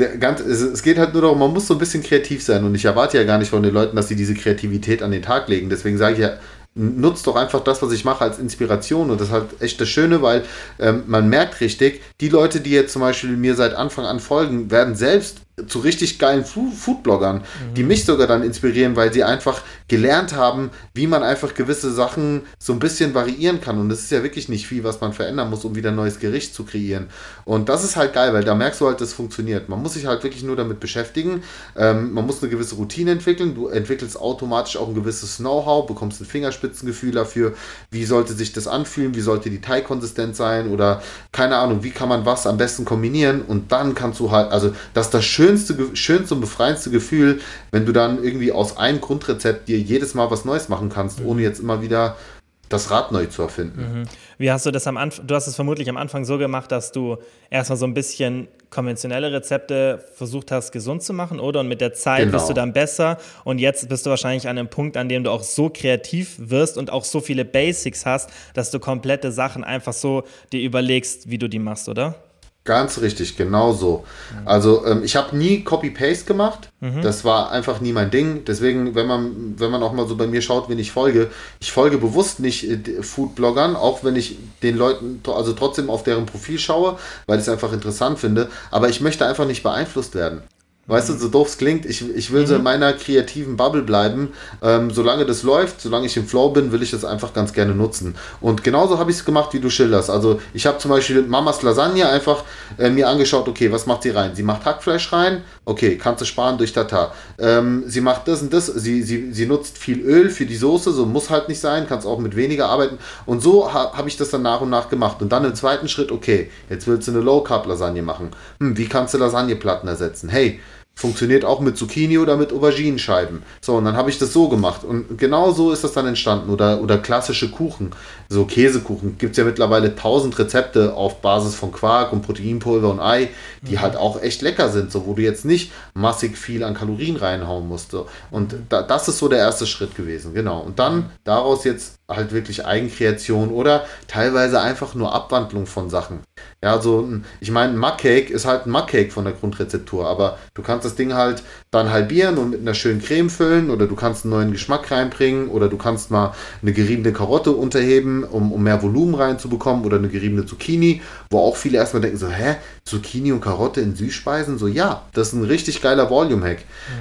es geht halt nur darum, man muss so ein bisschen kreativ sein und ich erwarte ja gar nicht von den Leuten, dass sie diese Kreativität an den Tag legen. Deswegen sage ich ja, nutzt doch einfach das, was ich mache, als Inspiration und das ist halt echt das Schöne, weil man merkt richtig, die Leute, die jetzt zum Beispiel mir seit Anfang an folgen, werden selbst zu richtig geilen Foodbloggern, die mich sogar dann inspirieren, weil sie einfach gelernt haben, wie man einfach gewisse Sachen so ein bisschen variieren kann und es ist ja wirklich nicht viel, was man verändern muss, um wieder ein neues Gericht zu kreieren und das ist halt geil, weil da merkst du halt, das funktioniert. Man muss sich halt wirklich nur damit beschäftigen, man muss eine gewisse Routine entwickeln, du entwickelst automatisch auch ein gewisses Know-how, bekommst ein Fingerspitzengefühl dafür, wie sollte sich das anfühlen, wie sollte die Teigkonsistenz sein oder keine Ahnung, wie kann man was am besten kombinieren und dann kannst du halt, also das ist das schönste und befreiendste Gefühl, wenn du dann irgendwie aus einem Grundrezept dir jedes Mal was Neues machen kannst, ohne jetzt immer wieder das Rad neu zu erfinden. Wie hast du das am Anfang, du hast es vermutlich am Anfang so gemacht, dass du erstmal so ein bisschen konventionelle Rezepte versucht hast, gesund zu machen, oder? Und mit der Zeit bist du dann besser und jetzt bist du wahrscheinlich an einem Punkt, an dem du auch so kreativ wirst und auch so viele Basics hast, dass du komplette Sachen einfach so dir überlegst, wie du die machst, oder? Ganz richtig, genau so. Also ich habe nie Copy-Paste gemacht, das war einfach nie mein Ding. Deswegen, wenn man auch mal so bei mir schaut, wen ich folge bewusst nicht Foodbloggern, auch wenn ich den Leuten also trotzdem auf deren Profil schaue, weil ich es einfach interessant finde, aber ich möchte einfach nicht beeinflusst werden. Weißt du, so doof es klingt, ich will so in meiner kreativen Bubble bleiben. Solange das läuft, solange ich im Flow bin, will ich das einfach ganz gerne nutzen. Und genauso habe ich es gemacht, wie du schilderst. Also ich habe zum Beispiel Mamas Lasagne einfach mir angeschaut, okay, was macht sie rein? Sie macht Hackfleisch rein, okay, kannst du sparen durch Tata. Sie macht das und das, sie nutzt viel Öl für die Soße, so muss halt nicht sein, kannst auch mit weniger arbeiten. Und so habe ich das dann nach und nach gemacht. Und dann im zweiten Schritt, okay, jetzt willst du eine Low-Carb-Lasagne machen. Wie kannst du Lasagneplatten ersetzen? Hey, funktioniert auch mit Zucchini oder mit Auberginenscheiben. So, und dann habe ich das so gemacht. Und genau so ist das dann entstanden. Oder klassische Kuchen, so Käsekuchen. Gibt es ja mittlerweile 1000 Rezepte auf Basis von Quark und Proteinpulver und Ei, die halt auch echt lecker sind, so wo du jetzt nicht massig viel an Kalorien reinhauen musst. So. Und das ist so der erste Schritt gewesen, genau. Und dann daraus jetzt halt wirklich Eigenkreation oder teilweise einfach nur Abwandlung von Sachen. Ja, so, ich meine, ein Mugcake ist halt ein Mugcake von der Grundrezeptur, aber du kannst das Ding halt dann halbieren und mit einer schönen Creme füllen oder du kannst einen neuen Geschmack reinbringen oder du kannst mal eine geriebene Karotte unterheben, um mehr Volumen reinzubekommen oder eine geriebene Zucchini, wo auch viele erstmal denken so, Zucchini und Karotte in Süßspeisen? So, ja, das ist ein richtig geiler Volume-Hack.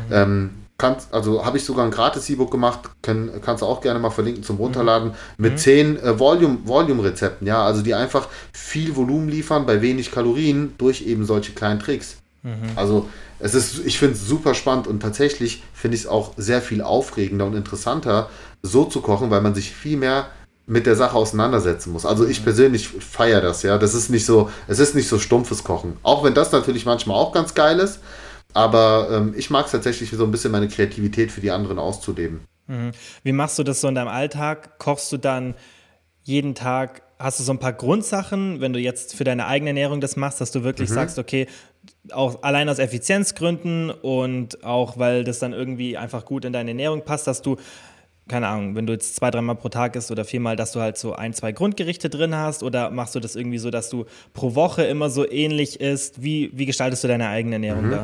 Also habe ich sogar ein Gratis-E-Book gemacht, kannst du auch gerne mal verlinken zum Runterladen, mit 10 Volume-Rezepten, ja, also die einfach viel Volumen liefern bei wenig Kalorien durch eben solche kleinen Tricks. Also ich finde es super spannend und tatsächlich finde ich es auch sehr viel aufregender und interessanter, so zu kochen, weil man sich viel mehr mit der Sache auseinandersetzen muss. Also ich persönlich feiere das, ja. Es ist nicht so stumpfes Kochen. Auch wenn das natürlich manchmal auch ganz geil ist. Aber ich mag es tatsächlich so ein bisschen meine Kreativität für die anderen auszuleben. Wie machst du das so in deinem Alltag? Kochst du dann jeden Tag, hast du so ein paar Grundsachen, wenn du jetzt für deine eigene Ernährung das machst, dass du wirklich sagst, okay, auch allein aus Effizienzgründen und auch, weil das dann irgendwie einfach gut in deine Ernährung passt, dass du keine Ahnung, wenn du jetzt 2-3 Mal pro Tag isst oder 4 Mal, dass du halt so 1-2 Grundgerichte drin hast, oder machst du das irgendwie so, dass du pro Woche immer so ähnlich isst? Wie gestaltest du deine eigene Ernährung da?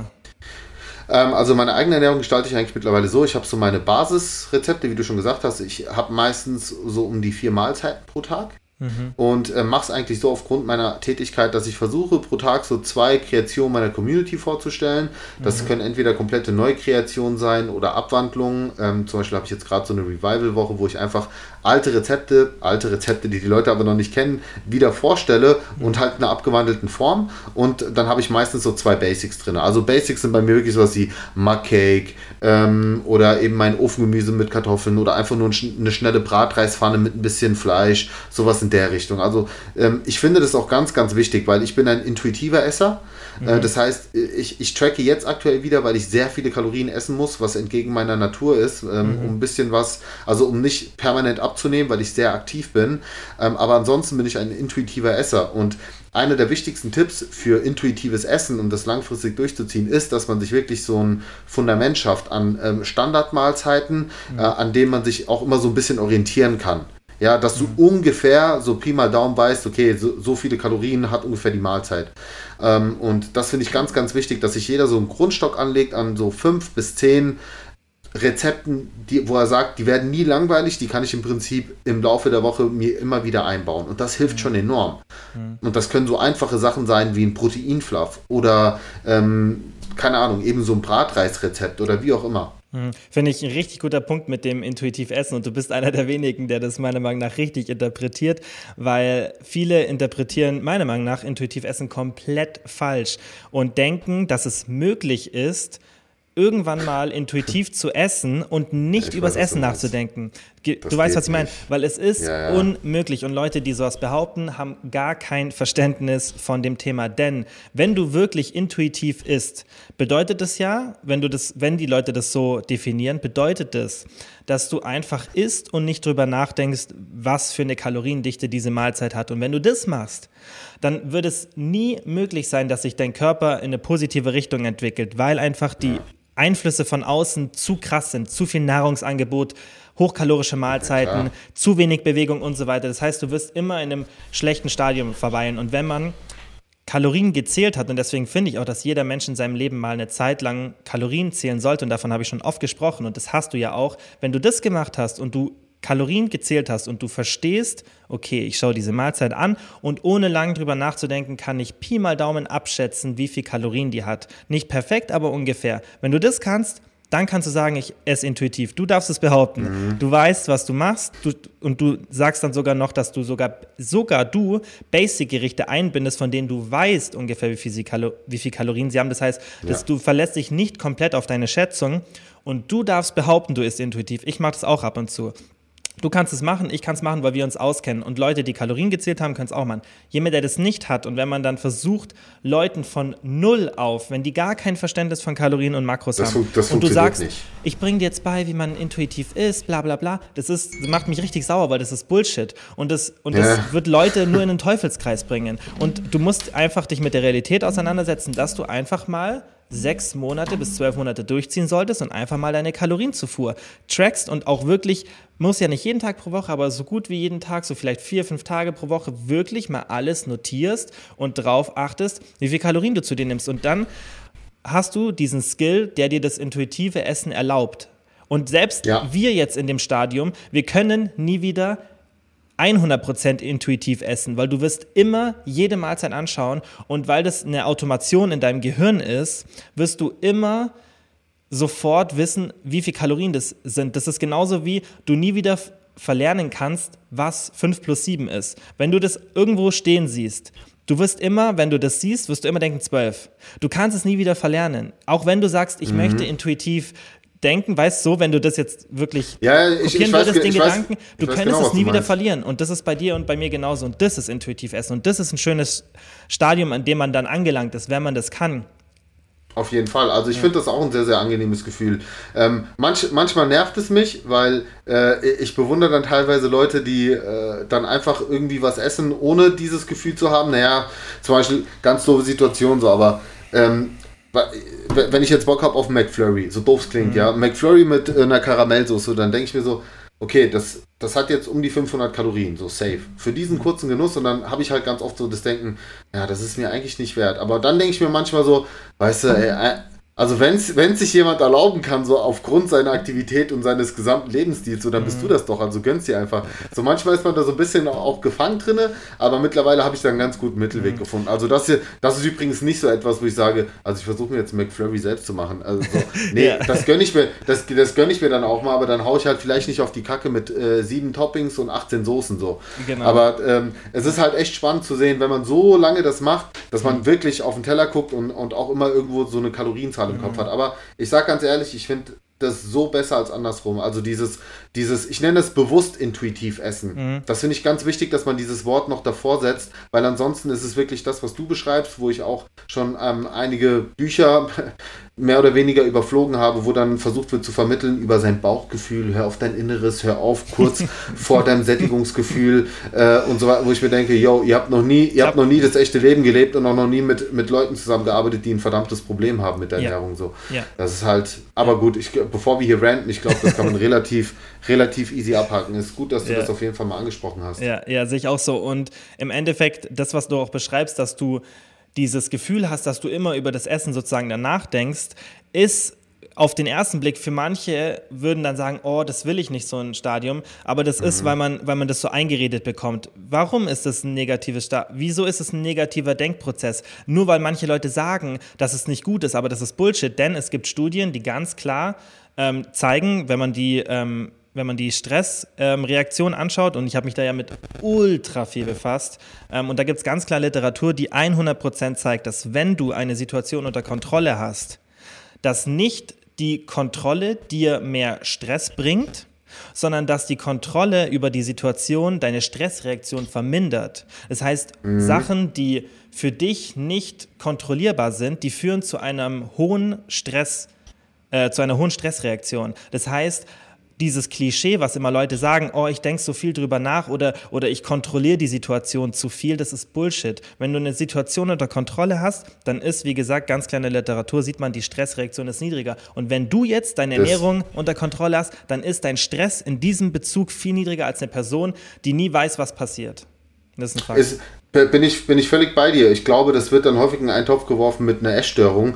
Also meine eigene Ernährung gestalte ich eigentlich mittlerweile so. Ich habe so meine Basisrezepte, wie du schon gesagt hast. Ich habe meistens so um die 4 Mahlzeiten pro Tag. Und mache es eigentlich so aufgrund meiner Tätigkeit, dass ich versuche, pro Tag so 2 Kreationen meiner Community vorzustellen. Das können entweder komplette Neukreationen sein oder Abwandlungen. Zum Beispiel habe ich jetzt gerade so eine Revival-Woche, wo ich einfach alte Rezepte, die die Leute aber noch nicht kennen, wieder vorstelle und halt in einer abgewandelten Form. Und dann habe ich meistens so 2 Basics drin. Also Basics sind bei mir wirklich sowas wie Mug-Cake oder eben mein Ofengemüse mit Kartoffeln oder einfach nur eine schnelle Bratreispfanne mit ein bisschen Fleisch, sowas in der Richtung. Also ich finde das auch ganz, ganz wichtig, weil ich bin ein intuitiver Esser. Das heißt, ich tracke jetzt aktuell wieder, weil ich sehr viele Kalorien essen muss, was entgegen meiner Natur ist, um ein bisschen was, also um nicht permanent abzunehmen, weil ich sehr aktiv bin. Aber ansonsten bin ich ein intuitiver Esser. Und einer der wichtigsten Tipps für intuitives Essen, um das langfristig durchzuziehen, ist, dass man sich wirklich so ein Fundament schafft an Standardmahlzeiten, an denen man sich auch immer so ein bisschen orientieren kann. Ja, dass du ungefähr so Pi mal Daumen weißt, okay, so viele Kalorien hat ungefähr die Mahlzeit. Und das finde ich ganz, ganz wichtig, dass sich jeder so einen Grundstock anlegt an so 5 bis 10 Rezepten, wo er sagt, die werden nie langweilig, die kann ich im Prinzip im Laufe der Woche mir immer wieder einbauen. Und das hilft schon enorm. Und das können so einfache Sachen sein wie ein Proteinfluff oder, keine Ahnung, eben so ein Bratreisrezept oder wie auch immer. Finde ich ein richtig guter Punkt mit dem intuitiv Essen, und du bist einer der wenigen, der das meiner Meinung nach richtig interpretiert, weil viele interpretieren meiner Meinung nach intuitiv Essen komplett falsch und denken, dass es möglich ist, irgendwann mal intuitiv zu essen und nicht übers Essen nachzudenken. Du weißt, was ich meine, weil es ist unmöglich, und Leute, die sowas behaupten, haben gar kein Verständnis von dem Thema, denn wenn du wirklich intuitiv isst, bedeutet es ja, wenn die Leute das so definieren, bedeutet es, dass du einfach isst und nicht drüber nachdenkst, was für eine Kaloriendichte diese Mahlzeit hat. Und wenn du das machst, dann wird es nie möglich sein, dass sich dein Körper in eine positive Richtung entwickelt, weil einfach die Einflüsse von außen zu krass sind, zu viel Nahrungsangebot, hochkalorische Mahlzeiten, zu wenig Bewegung und so weiter. Das heißt, du wirst immer in einem schlechten Stadium verweilen. Und wenn man Kalorien gezählt hat, und deswegen finde ich auch, dass jeder Mensch in seinem Leben mal eine Zeit lang Kalorien zählen sollte, und davon habe ich schon oft gesprochen, und das hast du ja auch, wenn du das gemacht hast und du Kalorien gezählt hast und du verstehst, okay, ich schaue diese Mahlzeit an und ohne lang drüber nachzudenken, kann ich Pi mal Daumen abschätzen, wie viel Kalorien die hat. Nicht perfekt, aber ungefähr. Wenn du das kannst, dann kannst du sagen, ich esse intuitiv. Du darfst es behaupten. Du weißt, was du machst, und du sagst dann sogar noch, dass du sogar du Basic-Gerichte einbindest, von denen du weißt ungefähr, wie viel Kalorien sie haben. Das heißt, du verlässt dich nicht komplett auf deine Schätzung, und du darfst behaupten, du isst intuitiv. Ich mache das auch ab und zu. Du kannst es machen, ich kann es machen, weil wir uns auskennen. Und Leute, die Kalorien gezählt haben, können es auch machen. Jemand, der das nicht hat, und wenn man dann versucht, Leuten von null auf, wenn die gar kein Verständnis von Kalorien und Makros haben, und du sagst, nicht. Ich bringe dir jetzt bei, wie man intuitiv isst, bla bla bla, das macht mich richtig sauer, weil das ist Bullshit. Und das wird Leute nur in den Teufelskreis bringen. Und du musst einfach dich mit der Realität auseinandersetzen, dass du einfach mal 6 Monate bis 12 Monate durchziehen solltest und einfach mal deine Kalorienzufuhr trackst und auch wirklich, muss ja nicht jeden Tag pro Woche, aber so gut wie jeden Tag, so vielleicht 4-5 Tage pro Woche wirklich mal alles notierst und drauf achtest, wie viel Kalorien du zu dir nimmst. Und dann hast du diesen Skill, der dir das intuitive Essen erlaubt. Und selbst wir jetzt in dem Stadium, wir können nie wieder 100% intuitiv essen, weil du wirst immer jede Mahlzeit anschauen, und weil das eine Automation in deinem Gehirn ist, wirst du immer sofort wissen, wie viel Kalorien das sind. Das ist genauso wie du nie wieder verlernen kannst, was 5 plus 7 ist. Wenn du das irgendwo stehen siehst, du wirst immer, wenn du das siehst, wirst du immer denken 12. Du kannst es nie wieder verlernen. Auch wenn du sagst, ich möchte intuitiv denken, weißt du, so, wenn du das jetzt wirklich kopieren würdest, den Gedanken, du könntest es nie wieder verlieren. Und das ist bei dir und bei mir genauso. Und das ist intuitiv Essen. Und das ist ein schönes Stadium, an dem man dann angelangt ist, wenn man das kann. Auf jeden Fall. Also ich finde das auch ein sehr, sehr angenehmes Gefühl. Manchmal nervt es mich, weil ich bewundere dann teilweise Leute, die dann einfach irgendwie was essen, ohne dieses Gefühl zu haben. Naja, zum Beispiel ganz doofe Situation so, aber wenn ich jetzt Bock habe auf McFlurry, so doof es klingt, McFlurry mit einer Karamellsoße, dann denke ich mir so, okay, das hat jetzt um die 500 Kalorien, so safe, für diesen kurzen Genuss und dann habe ich halt ganz oft so das Denken, ja, das ist mir eigentlich nicht wert. Aber dann denke ich mir manchmal so, weißt du, ey, also wenn sich jemand erlauben kann, so aufgrund seiner Aktivität und seines gesamten Lebensstils, so dann bist du das doch, also gönnst dir einfach. So manchmal ist man da so ein bisschen auch gefangen drinne, aber mittlerweile habe ich da einen ganz guten Mittelweg gefunden. Also das ist übrigens nicht so etwas, wo ich sage, also ich versuche mir jetzt McFlurry selbst zu machen. Also so, nee, ja. das gönne ich mir dann auch mal, aber dann haue ich halt vielleicht nicht auf die Kacke mit 7 Toppings und 18 Soßen so. Genau. Aber es ist halt echt spannend zu sehen, wenn man so lange das macht, dass man wirklich auf den Teller guckt und auch immer irgendwo so eine Kalorienzahl im Kopf hat. Aber ich sag ganz ehrlich, ich finde das so besser als andersrum. Also dieses, ich nenne es bewusst intuitiv essen. Das finde ich ganz wichtig, dass man dieses Wort noch davor setzt, weil ansonsten ist es wirklich das, was du beschreibst, wo ich auch schon einige Bücher mehr oder weniger überflogen habe, wo dann versucht wird zu vermitteln über sein Bauchgefühl, hör auf dein Inneres, hör auf kurz vor deinem Sättigungsgefühl und so weiter, wo ich mir denke, yo, ihr habt noch nie das echte Leben gelebt und auch noch nie mit Leuten zusammengearbeitet, die ein verdammtes Problem haben mit der Ernährung. So. Ja. Das ist halt, aber gut, bevor wir hier ranten, ich glaube, das kann man relativ easy abhaken. Ist gut, dass du das auf jeden Fall mal angesprochen hast. Ja, sehe ich auch so. Und im Endeffekt, das, was du auch beschreibst, dass du dieses Gefühl hast, dass du immer über das Essen sozusagen danach denkst, ist auf den ersten Blick für manche würden dann sagen, oh, das will ich nicht, so ein Stadium, aber das ist, weil man das so eingeredet bekommt. Warum ist das ein negatives Wieso ist es ein negativer Denkprozess? Nur weil manche Leute sagen, dass es nicht gut ist, aber das ist Bullshit, denn es gibt Studien, die ganz klar zeigen, wenn man die Stressreaktion anschaut, und ich habe mich da ja mit ultra viel befasst, und da gibt es ganz klar Literatur, die 100% zeigt, dass wenn du eine Situation unter Kontrolle hast, dass nicht die Kontrolle dir mehr Stress bringt, sondern dass die Kontrolle über die Situation deine Stressreaktion vermindert. Das heißt, Sachen, die für dich nicht kontrollierbar sind, die führen zu einem hohen Stressreaktion. Das heißt, dieses Klischee, was immer Leute sagen, oh, ich denke so viel drüber nach oder ich kontrolliere die Situation zu viel, das ist Bullshit. Wenn du eine Situation unter Kontrolle hast, dann ist, wie gesagt, ganz kleine Literatur, sieht man, die Stressreaktion ist niedriger. Und wenn du jetzt deine Ernährung unter Kontrolle hast, dann ist dein Stress in diesem Bezug viel niedriger als eine Person, die nie weiß, was passiert. Das ist ein Fakt. Bin ich völlig bei dir. Ich glaube, das wird dann häufig in einen Topf geworfen mit einer Essstörung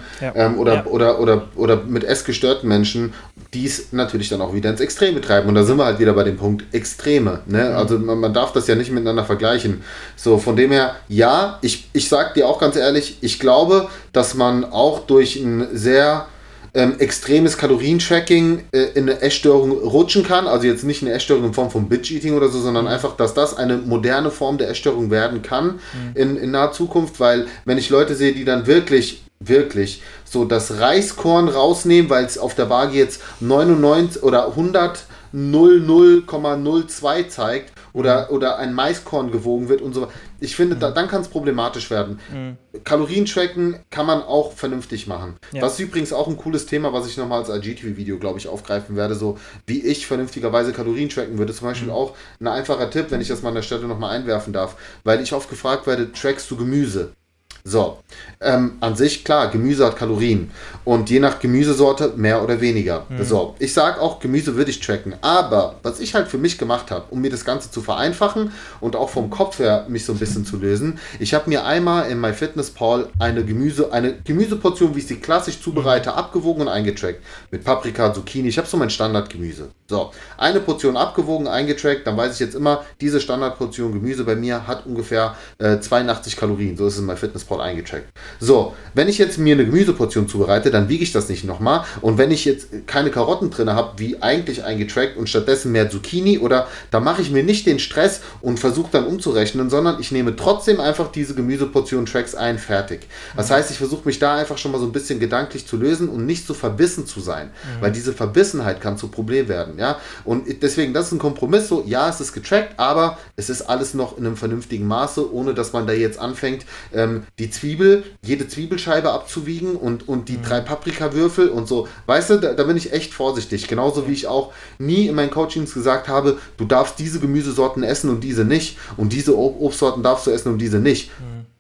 oder mit essgestörten Menschen, die es natürlich dann auch wieder ins Extreme treiben. Und da sind wir halt wieder bei dem Punkt Extreme. Ne? Also man darf das ja nicht miteinander vergleichen. So, von dem her, ja, ich sag dir auch ganz ehrlich, ich glaube, dass man auch durch ein sehr extremes Kalorientracking in eine Essstörung rutschen kann. Also jetzt nicht eine Essstörung in Form von Binge-Eating oder so, sondern einfach, dass das eine moderne Form der Essstörung werden kann in naher Zukunft, weil wenn ich Leute sehe, die dann wirklich so das Reiskorn rausnehmen, weil es auf der Waage jetzt 99 oder 100,02 zeigt oder ein Maiskorn gewogen wird und so. Ich finde, dann kann es problematisch werden. Kalorien tracken kann man auch vernünftig machen. Ja. Das ist übrigens auch ein cooles Thema, was ich nochmal als IGTV-Video, glaube ich, aufgreifen werde, so wie ich vernünftigerweise Kalorien tracken würde. Zum Beispiel auch ein einfacher Tipp, wenn ich das mal an der Stelle nochmal einwerfen darf, weil ich oft gefragt werde, trackst du Gemüse? So, an sich, klar, Gemüse hat Kalorien und je nach Gemüsesorte mehr oder weniger. So, ich sage auch, Gemüse würde ich tracken, aber was ich halt für mich gemacht habe, um mir das Ganze zu vereinfachen und auch vom Kopf her mich so ein bisschen zu lösen, ich habe mir einmal in MyFitnessPal eine Gemüseportion, wie ich sie klassisch zubereite, abgewogen und eingetrackt. Mit Paprika, Zucchini, ich habe so mein Standardgemüse. So, eine Portion abgewogen, eingetrackt, dann weiß ich jetzt immer, diese Standardportion Gemüse bei mir hat ungefähr 82 Kalorien, so ist es in MyFitnessPal eingetrackt. So, wenn ich jetzt mir eine Gemüseportion zubereite, dann wiege ich das nicht nochmal und wenn ich jetzt keine Karotten drin habe, wie eigentlich eingetrackt und stattdessen mehr Zucchini da mache ich mir nicht den Stress und versuche dann umzurechnen, sondern ich nehme trotzdem einfach diese Gemüseportion Tracks ein, fertig. Das heißt, ich versuche mich da einfach schon mal so ein bisschen gedanklich zu lösen und nicht so verbissen zu sein, weil diese Verbissenheit kann zu Problem werden, ja, und deswegen, das ist ein Kompromiss, so, ja, es ist getrackt, aber es ist alles noch in einem vernünftigen Maße, ohne dass man da jetzt anfängt, jede Zwiebelscheibe abzuwiegen und die 3 Paprikawürfel und so. Weißt du, da bin ich echt vorsichtig. Genauso wie ich auch nie in meinen Coachings gesagt habe, du darfst diese Gemüsesorten essen und diese nicht. Und diese Obstsorten darfst du essen und diese nicht.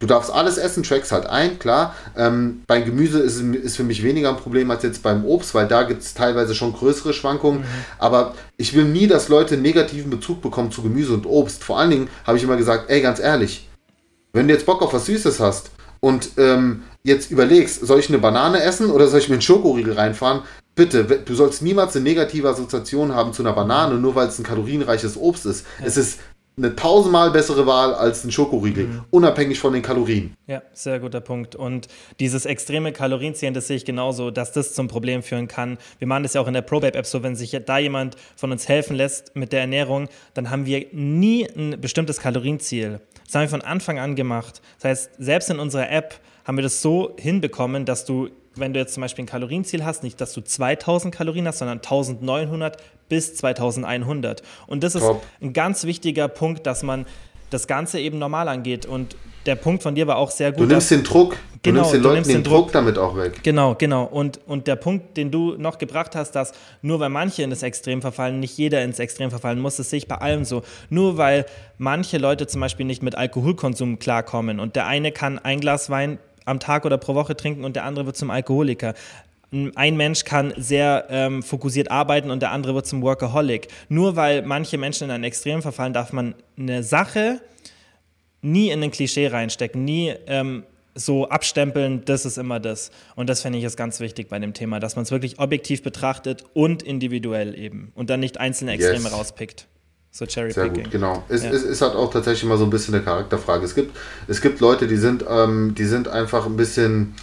Du darfst alles essen, trackst halt ein, klar. Beim Gemüse ist für mich weniger ein Problem als jetzt beim Obst, weil da gibt es teilweise schon größere Schwankungen. Aber ich will nie, dass Leute einen negativen Bezug bekommen zu Gemüse und Obst. Vor allen Dingen habe ich immer gesagt, ey, ganz ehrlich, wenn du jetzt Bock auf was Süßes hast und jetzt überlegst, soll ich eine Banane essen oder soll ich mir einen Schokoriegel reinfahren? Bitte, du sollst niemals eine negative Assoziation haben zu einer Banane, nur weil es ein kalorienreiches Obst ist. Ja. Es ist eine 1000-mal bessere Wahl als ein Schokoriegel, unabhängig von den Kalorien. Ja, sehr guter Punkt. Und dieses extreme Kalorienziehen, das sehe ich genauso, dass das zum Problem führen kann. Wir machen das ja auch in der ProBabe-App so, wenn sich da jemand von uns helfen lässt mit der Ernährung, dann haben wir nie ein bestimmtes Kalorienziel. Das haben wir von Anfang an gemacht. Das heißt, selbst in unserer App haben wir das so hinbekommen, dass du, wenn du jetzt zum Beispiel ein Kalorienziel hast, nicht, dass du 2000 Kalorien hast, sondern 1900 bis 2100. Und das ist ein ganz wichtiger Punkt, dass man das Ganze eben normal angeht. Und der Punkt von dir war auch sehr gut. Du nimmst den Druck, du nimmst den Leuten den Druck damit auch weg. Genau. Und der Punkt, den du noch gebracht hast, dass nur weil manche in das Extrem verfallen, nicht jeder ins Extrem verfallen muss, das sehe ich bei allem so. Nur weil manche Leute zum Beispiel nicht mit Alkoholkonsum klarkommen und der eine kann ein Glas Wein am Tag oder pro Woche trinken und der andere wird zum Alkoholiker. Ein Mensch kann sehr fokussiert arbeiten und der andere wird zum Workaholic. Nur weil manche Menschen in ein Extrem verfallen, darf man eine Sache nie in ein Klischee reinstecken, nie so abstempeln, das ist immer das. Und das finde ich ist ganz wichtig bei dem Thema, dass man es wirklich objektiv betrachtet und individuell eben und dann nicht einzelne Extreme rauspickt. So Cherry-Picking. Sehr gut, genau. Es ist halt auch tatsächlich mal so ein bisschen eine Charakterfrage. Es gibt Leute, die sind einfach ein bisschen,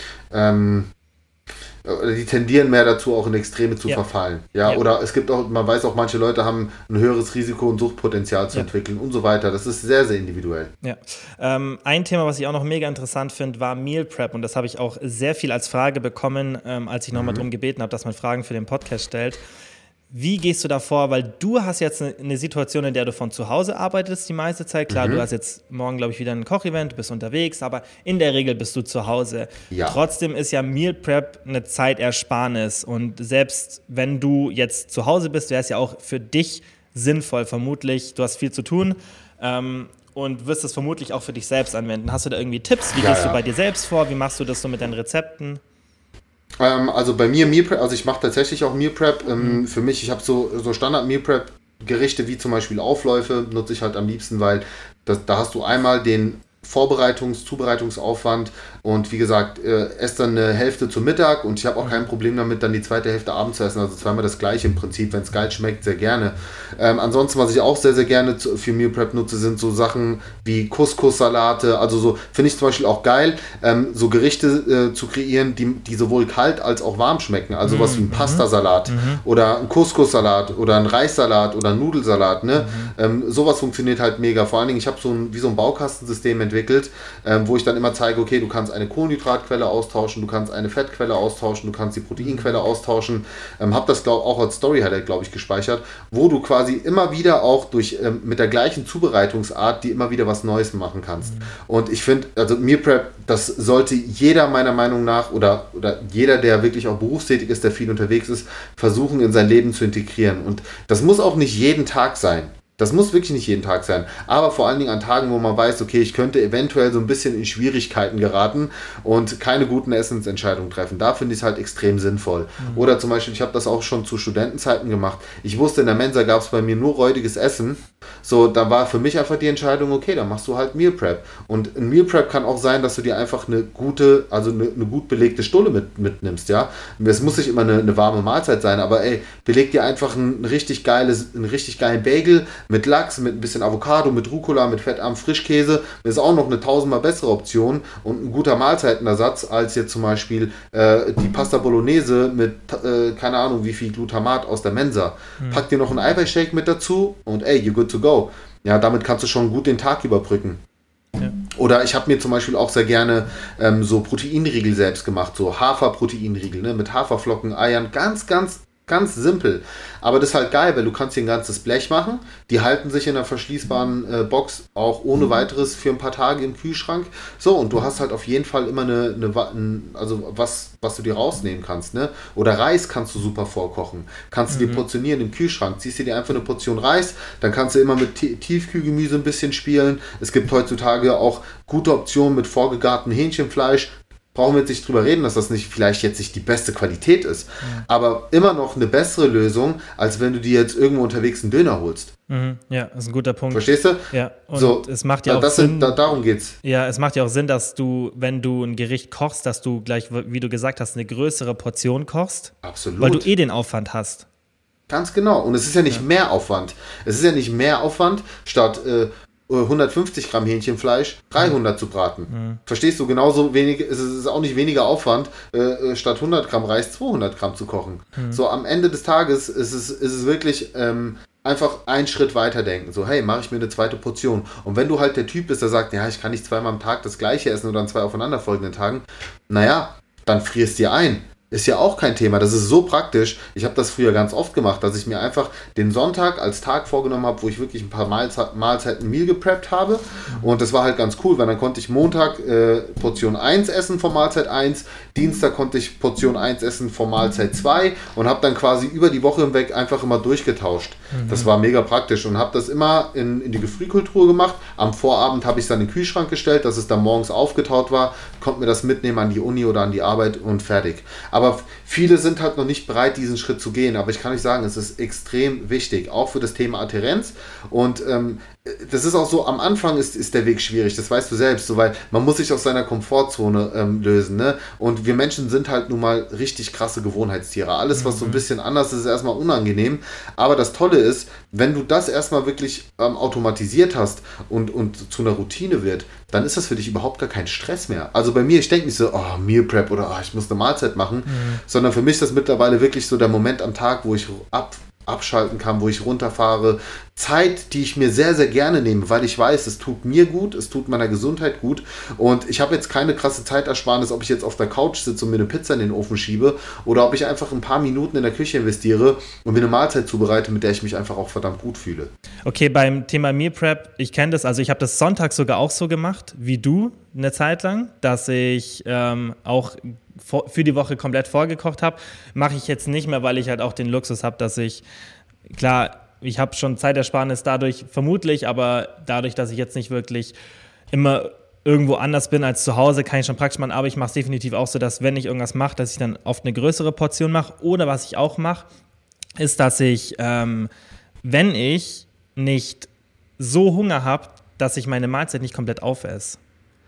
die tendieren mehr dazu, auch in Extreme zu verfallen. Ja? Oder es gibt auch, man weiß auch, manche Leute haben ein höheres Risiko und Suchtpotenzial zu entwickeln und so weiter. Das ist sehr, sehr individuell. Ja. Ein Thema, was ich auch noch mega interessant finde, war Meal Prep und das habe ich auch sehr viel als Frage bekommen, als ich nochmal darum gebeten habe, dass man Fragen für den Podcast stellt. Wie gehst du da vor? Weil du hast jetzt eine Situation, in der du von zu Hause arbeitest die meiste Zeit. Klar, du hast jetzt morgen, glaube ich, wieder ein Kochevent, bist unterwegs, aber in der Regel bist du zu Hause. Ja. Trotzdem ist ja Meal Prep eine Zeitersparnis und selbst wenn du jetzt zu Hause bist, wäre es ja auch für dich sinnvoll, vermutlich. Du hast viel zu tun und wirst es vermutlich auch für dich selbst anwenden. Hast du da irgendwie Tipps? Wie gehst du bei dir selbst vor? Wie machst du das so mit deinen Rezepten? Also bei mir Meal Prep, also ich mache tatsächlich auch Meal Prep. Für mich, ich habe so Standard Meal Prep Gerichte wie zum Beispiel Aufläufe, nutze ich halt am liebsten, weil da hast du einmal den Zubereitungsaufwand und wie gesagt, esse dann eine Hälfte zum Mittag und ich habe auch kein Problem damit, dann die zweite Hälfte abends zu essen, also zweimal das gleiche im Prinzip, wenn es geil schmeckt, sehr gerne. Ansonsten, was ich auch sehr, sehr gerne für Meal Prep nutze, sind so Sachen wie Couscous-Salate, also so finde ich zum Beispiel auch geil, so Gerichte zu kreieren, die sowohl kalt als auch warm schmecken, also sowas wie ein Pastasalat oder ein Couscous-Salat oder ein Reissalat oder ein Nudelsalat, ne? Sowas funktioniert halt mega, vor allen Dingen, ich habe so ein Baukastensystem entwickelt, wo ich dann immer zeige, okay, du kannst eine Kohlenhydratquelle austauschen, du kannst eine Fettquelle austauschen, du kannst die Proteinquelle austauschen. Habe das auch als Story-Highlight, glaube ich, gespeichert, wo du quasi immer wieder auch mit der gleichen Zubereitungsart, die immer wieder was Neues machen kannst. Und ich finde, also Meal Prep, das sollte jeder meiner Meinung nach oder jeder, der wirklich auch berufstätig ist, der viel unterwegs ist, versuchen in sein Leben zu integrieren. Und das muss auch nicht jeden Tag sein. Das muss wirklich nicht jeden Tag sein, aber vor allen Dingen an Tagen, wo man weiß, okay, ich könnte eventuell so ein bisschen in Schwierigkeiten geraten und keine guten Essensentscheidungen treffen. Da finde ich es halt extrem sinnvoll. Oder zum Beispiel, ich habe das auch schon zu Studentenzeiten gemacht. Ich wusste, in der Mensa gab es bei mir nur räudiges Essen. So, da war für mich einfach die Entscheidung, okay, dann machst du halt Meal Prep. Und ein Meal Prep kann auch sein, dass du dir einfach eine gut belegte Stulle mitnimmst, ja. Es muss nicht immer eine warme Mahlzeit sein, aber ey, beleg dir einfach einen richtig geilen Bagel mit Lachs, mit ein bisschen Avocado, mit Rucola, mit fettarmem Frischkäse. Das ist auch noch eine 1000-mal bessere Option und ein guter Mahlzeitenersatz als jetzt zum Beispiel die Pasta Bolognese mit, keine Ahnung, wie viel Glutamat aus der Mensa. Pack dir noch einen Eiweißshake mit dazu und ey, you're good to go. Ja, damit kannst du schon gut den Tag überbrücken. Ja. Oder ich habe mir zum Beispiel auch sehr gerne so Proteinriegel selbst gemacht, so Haferproteinriegel, ne, mit Haferflocken, Eiern, ganz, ganz Ganz simpel. Aber das ist halt geil, weil du kannst hier ein ganzes Blech machen. Die halten sich in einer verschließbaren Box auch ohne weiteres für ein paar Tage im Kühlschrank. So, und du hast halt auf jeden Fall immer also was du dir rausnehmen kannst. Ne? Oder Reis kannst du super vorkochen. Kannst du dir portionieren im Kühlschrank. Ziehst du dir einfach eine Portion Reis, dann kannst du immer mit Tiefkühlgemüse ein bisschen spielen. Es gibt heutzutage auch gute Optionen mit vorgegartem Hähnchenfleisch. Brauchen wir jetzt nicht drüber reden, dass das nicht vielleicht jetzt nicht die beste Qualität ist, aber immer noch eine bessere Lösung, als wenn du dir jetzt irgendwo unterwegs einen Döner holst. Ja, das ist ein guter Punkt. Verstehst du? Ja, und so, es macht ja auch Sinn. Darum geht's. Ja, es macht ja auch Sinn, dass du, wenn du ein Gericht kochst, dass du gleich, wie du gesagt hast, eine größere Portion kochst. Absolut. Weil du den Aufwand hast. Ganz genau. Und es ist ja nicht mehr Aufwand. Es ist ja nicht mehr Aufwand, statt 150 Gramm Hähnchenfleisch 300 zu braten. Verstehst du? Genauso wenig, es ist auch nicht weniger Aufwand, statt 100 Gramm Reis 200 Gramm zu kochen. So am Ende des Tages ist es wirklich einfach einen Schritt weiter denken. So, hey, mache ich mir eine zweite Portion. Und wenn du halt der Typ bist, der sagt, ja, ich kann nicht zweimal am Tag das Gleiche essen oder an 2 aufeinanderfolgenden Tagen, naja, dann frierst dir ein. Ist ja auch kein Thema. Das ist so praktisch. Ich habe das früher ganz oft gemacht, dass ich mir einfach den Sonntag als Tag vorgenommen habe, wo ich wirklich ein paar Mahlzeiten Meal gepreppt habe. Und das war halt ganz cool, weil dann konnte ich Montag Portion 1 essen von Mahlzeit 1, Dienstag konnte ich Portion 1 essen von Mahlzeit 2 und habe dann quasi über die Woche hinweg einfach immer durchgetauscht. Das war mega praktisch und habe das immer in die Gefrierkultur gemacht. Am Vorabend habe ich es dann in den Kühlschrank gestellt, dass es dann morgens aufgetaut war, konnte mir das mitnehmen an die Uni oder an die Arbeit und fertig. Aber viele sind halt noch nicht bereit, diesen Schritt zu gehen. Aber ich kann euch sagen, es ist extrem wichtig, auch für das Thema Adhärenz. Und das ist auch so, am Anfang ist der Weg schwierig, das weißt du selbst, so, weil man muss sich aus seiner Komfortzone lösen. Ne? Und wir Menschen sind halt nun mal richtig krasse Gewohnheitstiere. Alles, was so ein bisschen anders ist, ist erstmal unangenehm. Aber das Tolle ist, wenn du das erstmal wirklich automatisiert hast und zu einer Routine wird, dann ist das für dich überhaupt gar kein Stress mehr. Also bei mir, ich denke nicht so, oh, Meal Prep oder ich muss eine Mahlzeit machen, sondern für mich ist das mittlerweile wirklich so der Moment am Tag, wo ich abschalten kann, wo ich runterfahre. Zeit, die ich mir sehr, sehr gerne nehme, weil ich weiß, es tut mir gut, es tut meiner Gesundheit gut und ich habe jetzt keine krasse Zeitersparnis, ob ich jetzt auf der Couch sitze und mir eine Pizza in den Ofen schiebe oder ob ich einfach ein paar Minuten in der Küche investiere und mir eine Mahlzeit zubereite, mit der ich mich einfach auch verdammt gut fühle. Okay, beim Thema Meal Prep, ich kenne das, also ich habe das Sonntag sogar auch so gemacht, wie du, eine Zeit lang, dass ich auch für die Woche komplett vorgekocht habe. Mache ich jetzt nicht mehr, weil ich halt auch den Luxus habe, dass ich, klar, ich habe schon Zeitersparnis dadurch vermutlich, aber dadurch, dass ich jetzt nicht wirklich immer irgendwo anders bin als zu Hause, kann ich schon praktisch machen, aber ich mache es definitiv auch so, dass wenn ich irgendwas mache, dass ich dann oft eine größere Portion mache. Oder was ich auch mache, ist, dass ich, wenn ich nicht so Hunger habe, dass ich meine Mahlzeit nicht komplett aufesse.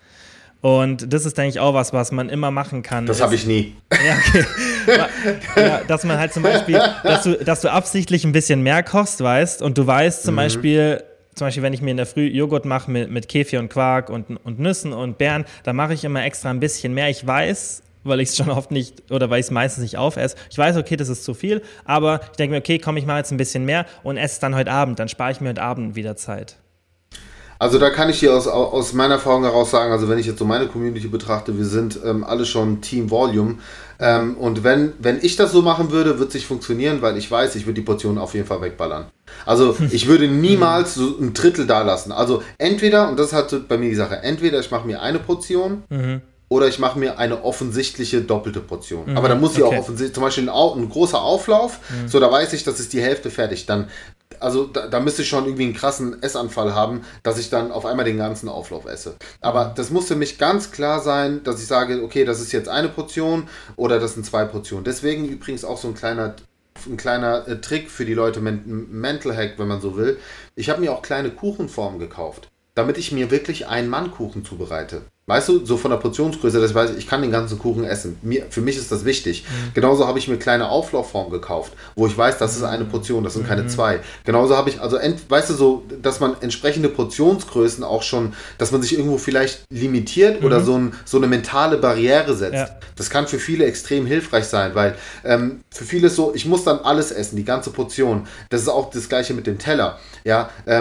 Und das ist, denke ich, auch was man immer machen kann. Das habe ich nie. Ja, okay. Ja, dass man halt zum Beispiel, dass du absichtlich ein bisschen mehr kochst, weißt, und du weißt zum Beispiel, wenn ich mir in der Früh Joghurt mache mit Kefir und Quark und Nüssen und Beeren, dann mache ich immer extra ein bisschen mehr. Ich weiß, weil ich es schon oft nicht, oder weil ich es meistens nicht aufesse. Ich weiß, okay, das ist zu viel, aber ich denke mir, okay, komm, ich mache jetzt ein bisschen mehr und esse es dann heute Abend. Dann spare ich mir heute Abend wieder Zeit. Also da kann ich dir aus meiner Erfahrung heraus sagen, also wenn ich jetzt so meine Community betrachte, wir sind alle schon Team Volume und wenn ich das so machen würde, wird es nicht funktionieren, weil ich weiß, ich würde die Portionen auf jeden Fall wegballern. Also ich würde niemals so ein Drittel da lassen. Also entweder, und das ist halt so bei mir die Sache, entweder ich mache mir eine Portion oder ich mache mir eine offensichtliche doppelte Portion. Aber da muss ich auch offensichtlich, zum Beispiel ein großer Auflauf, so da weiß ich, das ist die Hälfte fertig. Dann, also da müsste ich schon irgendwie einen krassen Essanfall haben, dass ich dann auf einmal den ganzen Auflauf esse. Aber das muss für mich ganz klar sein, dass ich sage, okay, das ist jetzt eine Portion oder das sind 2 Portionen. Deswegen übrigens auch so ein kleiner Trick für die Leute, Mental Hack, wenn man so will. Ich habe mir auch kleine Kuchenformen gekauft, damit ich mir wirklich einen Mann-Kuchen zubereite. Weißt du, so von der Portionsgröße, dass ich weiß, ich kann den ganzen Kuchen essen. Für mich ist das wichtig. Genauso habe ich mir kleine Auflaufformen gekauft, wo ich weiß, das ist eine Portion, das sind keine 2. Genauso habe ich, also weißt du, so, dass man entsprechende Portionsgrößen auch schon, dass man sich irgendwo vielleicht limitiert oder so eine mentale Barriere setzt. Ja. Das kann für viele extrem hilfreich sein, weil für viele ist so, ich muss dann alles essen, die ganze Portion. Das ist auch das Gleiche mit dem Teller. Ja,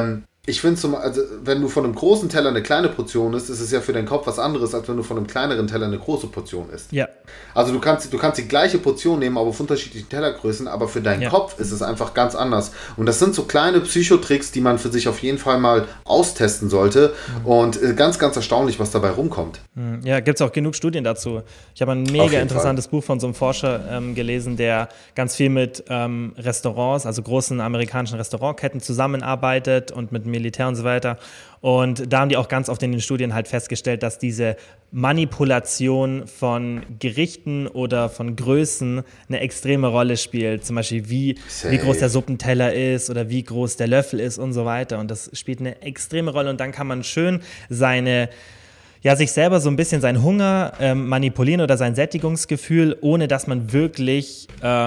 Ich finde, also, wenn du von einem großen Teller eine kleine Portion isst, ist es ja für deinen Kopf was anderes, als wenn du von einem kleineren Teller eine große Portion isst. Ja. Also du kannst die gleiche Portion nehmen, aber auf unterschiedlichen Tellergrößen, aber für deinen Kopf ist es einfach ganz anders. Und das sind so kleine Psychotricks, die man für sich auf jeden Fall mal austesten sollte. Und ganz, ganz erstaunlich, was dabei rumkommt. Ja, gibt es auch genug Studien dazu. Ich habe ein mega interessantes Buch von so einem Forscher gelesen, der ganz viel mit Restaurants, also großen amerikanischen Restaurantketten zusammenarbeitet und mit Militär und so weiter. Und da haben die auch ganz oft in den Studien halt festgestellt, dass diese Manipulation von Gerichten oder von Größen eine extreme Rolle spielt. Zum Beispiel, wie groß der Suppenteller ist oder wie groß der Löffel ist und so weiter. Und das spielt eine extreme Rolle. Und dann kann man schön sich selber so ein bisschen seinen Hunger manipulieren oder sein Sättigungsgefühl, ohne dass man wirklich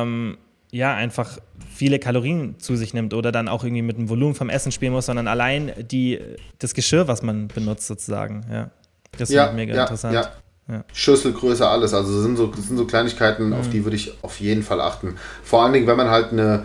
einfach viele Kalorien zu sich nimmt oder dann auch irgendwie mit dem Volumen vom Essen spielen muss, sondern allein das Geschirr, was man benutzt sozusagen. Ja. Das ist mega interessant. Ja. Schüsselgröße, alles. Also das sind so Kleinigkeiten, auf die würde ich auf jeden Fall achten. Vor allen Dingen, wenn man halt eine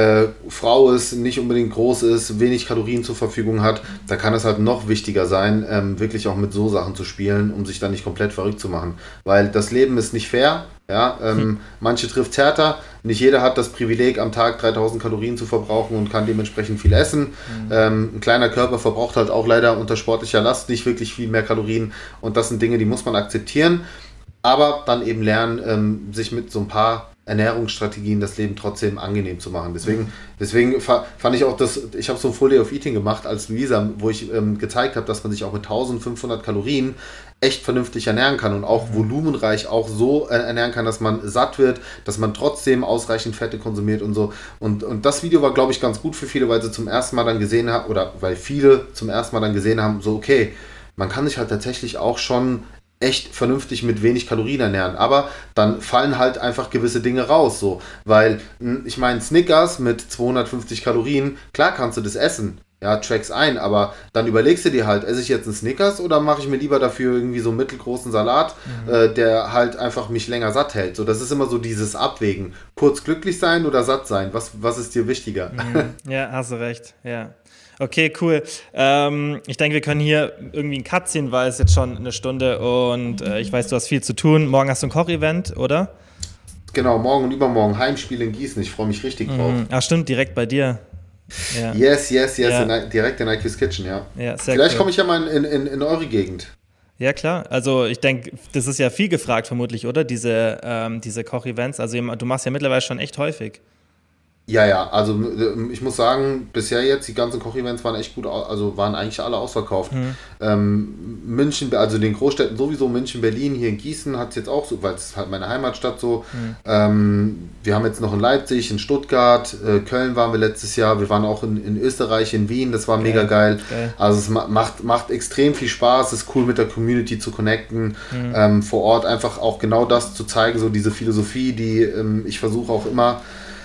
Frau ist, nicht unbedingt groß ist, wenig Kalorien zur Verfügung hat, da kann es halt noch wichtiger sein, wirklich auch mit so Sachen zu spielen, um sich dann nicht komplett verrückt zu machen. Weil das Leben ist nicht fair. Ja, manche trifft es härter. Nicht jeder hat das Privileg, am Tag 3000 Kalorien zu verbrauchen und kann dementsprechend viel essen. Ein kleiner Körper verbraucht halt auch leider unter sportlicher Last nicht wirklich viel mehr Kalorien. Und das sind Dinge, die muss man akzeptieren. Aber dann eben lernen, sich mit so ein paar Ernährungsstrategien das Leben trotzdem angenehm zu machen. Deswegen fand ich auch ich habe so ein Full Day of Eating gemacht als Luisa, wo ich gezeigt habe, dass man sich auch mit 1500 Kalorien echt vernünftig ernähren kann und auch volumenreich auch so ernähren kann, dass man satt wird, dass man trotzdem ausreichend Fette konsumiert und so. Und das Video war, glaube ich, ganz gut für viele, weil sie zum ersten Mal dann gesehen haben, oder weil viele zum ersten Mal dann gesehen haben, so okay, man kann sich halt tatsächlich auch schon echt vernünftig mit wenig Kalorien ernähren, aber dann fallen halt einfach gewisse Dinge raus, so, weil, ich meine, Snickers mit 250 Kalorien, klar kannst du das essen, ja, track's ein, aber dann überlegst du dir halt, esse ich jetzt einen Snickers oder mache ich mir lieber dafür irgendwie so einen mittelgroßen Salat, der halt einfach mich länger satt hält, so, das ist immer so dieses Abwägen, kurz glücklich sein oder satt sein, was ist dir wichtiger? Ja, hast du recht, ja. Okay, cool. Ich denke, wir können hier irgendwie einen Cut ziehen, weil es jetzt schon eine Stunde und ich weiß, du hast viel zu tun. Morgen hast du ein Kochevent, oder? Genau, morgen und übermorgen Heimspiel in Gießen. Ich freue mich richtig drauf. Ach stimmt, direkt bei dir. Ja. Yes. Ja. Direkt in IQ's Kitchen, ja. Vielleicht komme ich ja mal in eure Gegend. Ja, klar. Also ich denke, das ist ja viel gefragt vermutlich, oder? Diese Kochevents. Also du machst ja mittlerweile schon echt häufig. Ja, also ich muss sagen, bisher jetzt, die ganzen Kochevents waren echt gut, also waren eigentlich alle ausverkauft. München, also den Großstädten sowieso, München, Berlin, hier in Gießen hat es jetzt auch so, weil es halt meine Heimatstadt so. Wir haben jetzt noch in Leipzig, in Stuttgart, Köln waren wir letztes Jahr, wir waren auch in Österreich, in Wien, das war mega geil. Also es macht extrem viel Spaß, es ist cool mit der Community zu connecten, vor Ort einfach auch genau das zu zeigen, so diese Philosophie, die ich versuche auch immer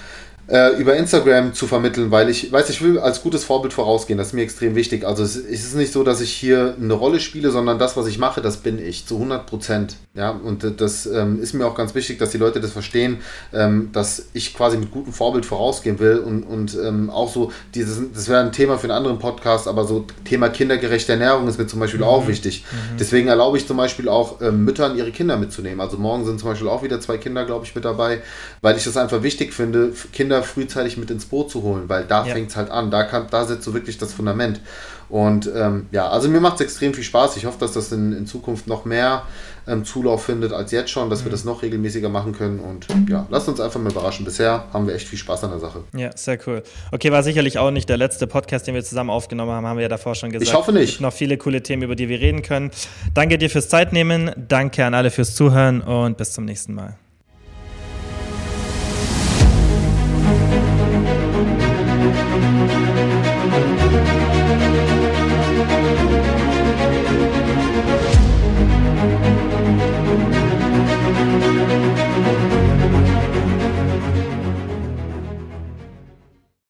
über Instagram zu vermitteln, weil ich will als gutes Vorbild vorausgehen, das ist mir extrem wichtig. Also es ist nicht so, dass ich hier eine Rolle spiele, sondern das, was ich mache, das bin ich, zu 100%. Ja, und das ist mir auch ganz wichtig, dass die Leute das verstehen, dass ich quasi mit gutem Vorbild vorausgehen will und auch so, das wäre ein Thema für einen anderen Podcast, aber so Thema kindergerechte Ernährung ist mir zum Beispiel auch wichtig. Deswegen erlaube ich zum Beispiel auch Müttern, ihre Kinder mitzunehmen. Also morgen sind zum Beispiel auch wieder 2 Kinder, glaube ich, mit dabei, weil ich das einfach wichtig finde, Kinder frühzeitig mit ins Boot zu holen, weil da fängt es halt an, da setzt so wirklich das Fundament. Und also mir macht es extrem viel Spaß. Ich hoffe, dass das in Zukunft noch mehr Zulauf findet als jetzt schon, dass wir das noch regelmäßiger machen können und lasst uns einfach mal überraschen. Bisher haben wir echt viel Spaß an der Sache. Ja, sehr cool. Okay, war sicherlich auch nicht der letzte Podcast, den wir zusammen aufgenommen haben wir ja davor schon gesagt. Ich hoffe nicht. Es gibt noch viele coole Themen, über die wir reden können. Danke dir fürs Zeitnehmen, danke an alle fürs Zuhören und bis zum nächsten Mal.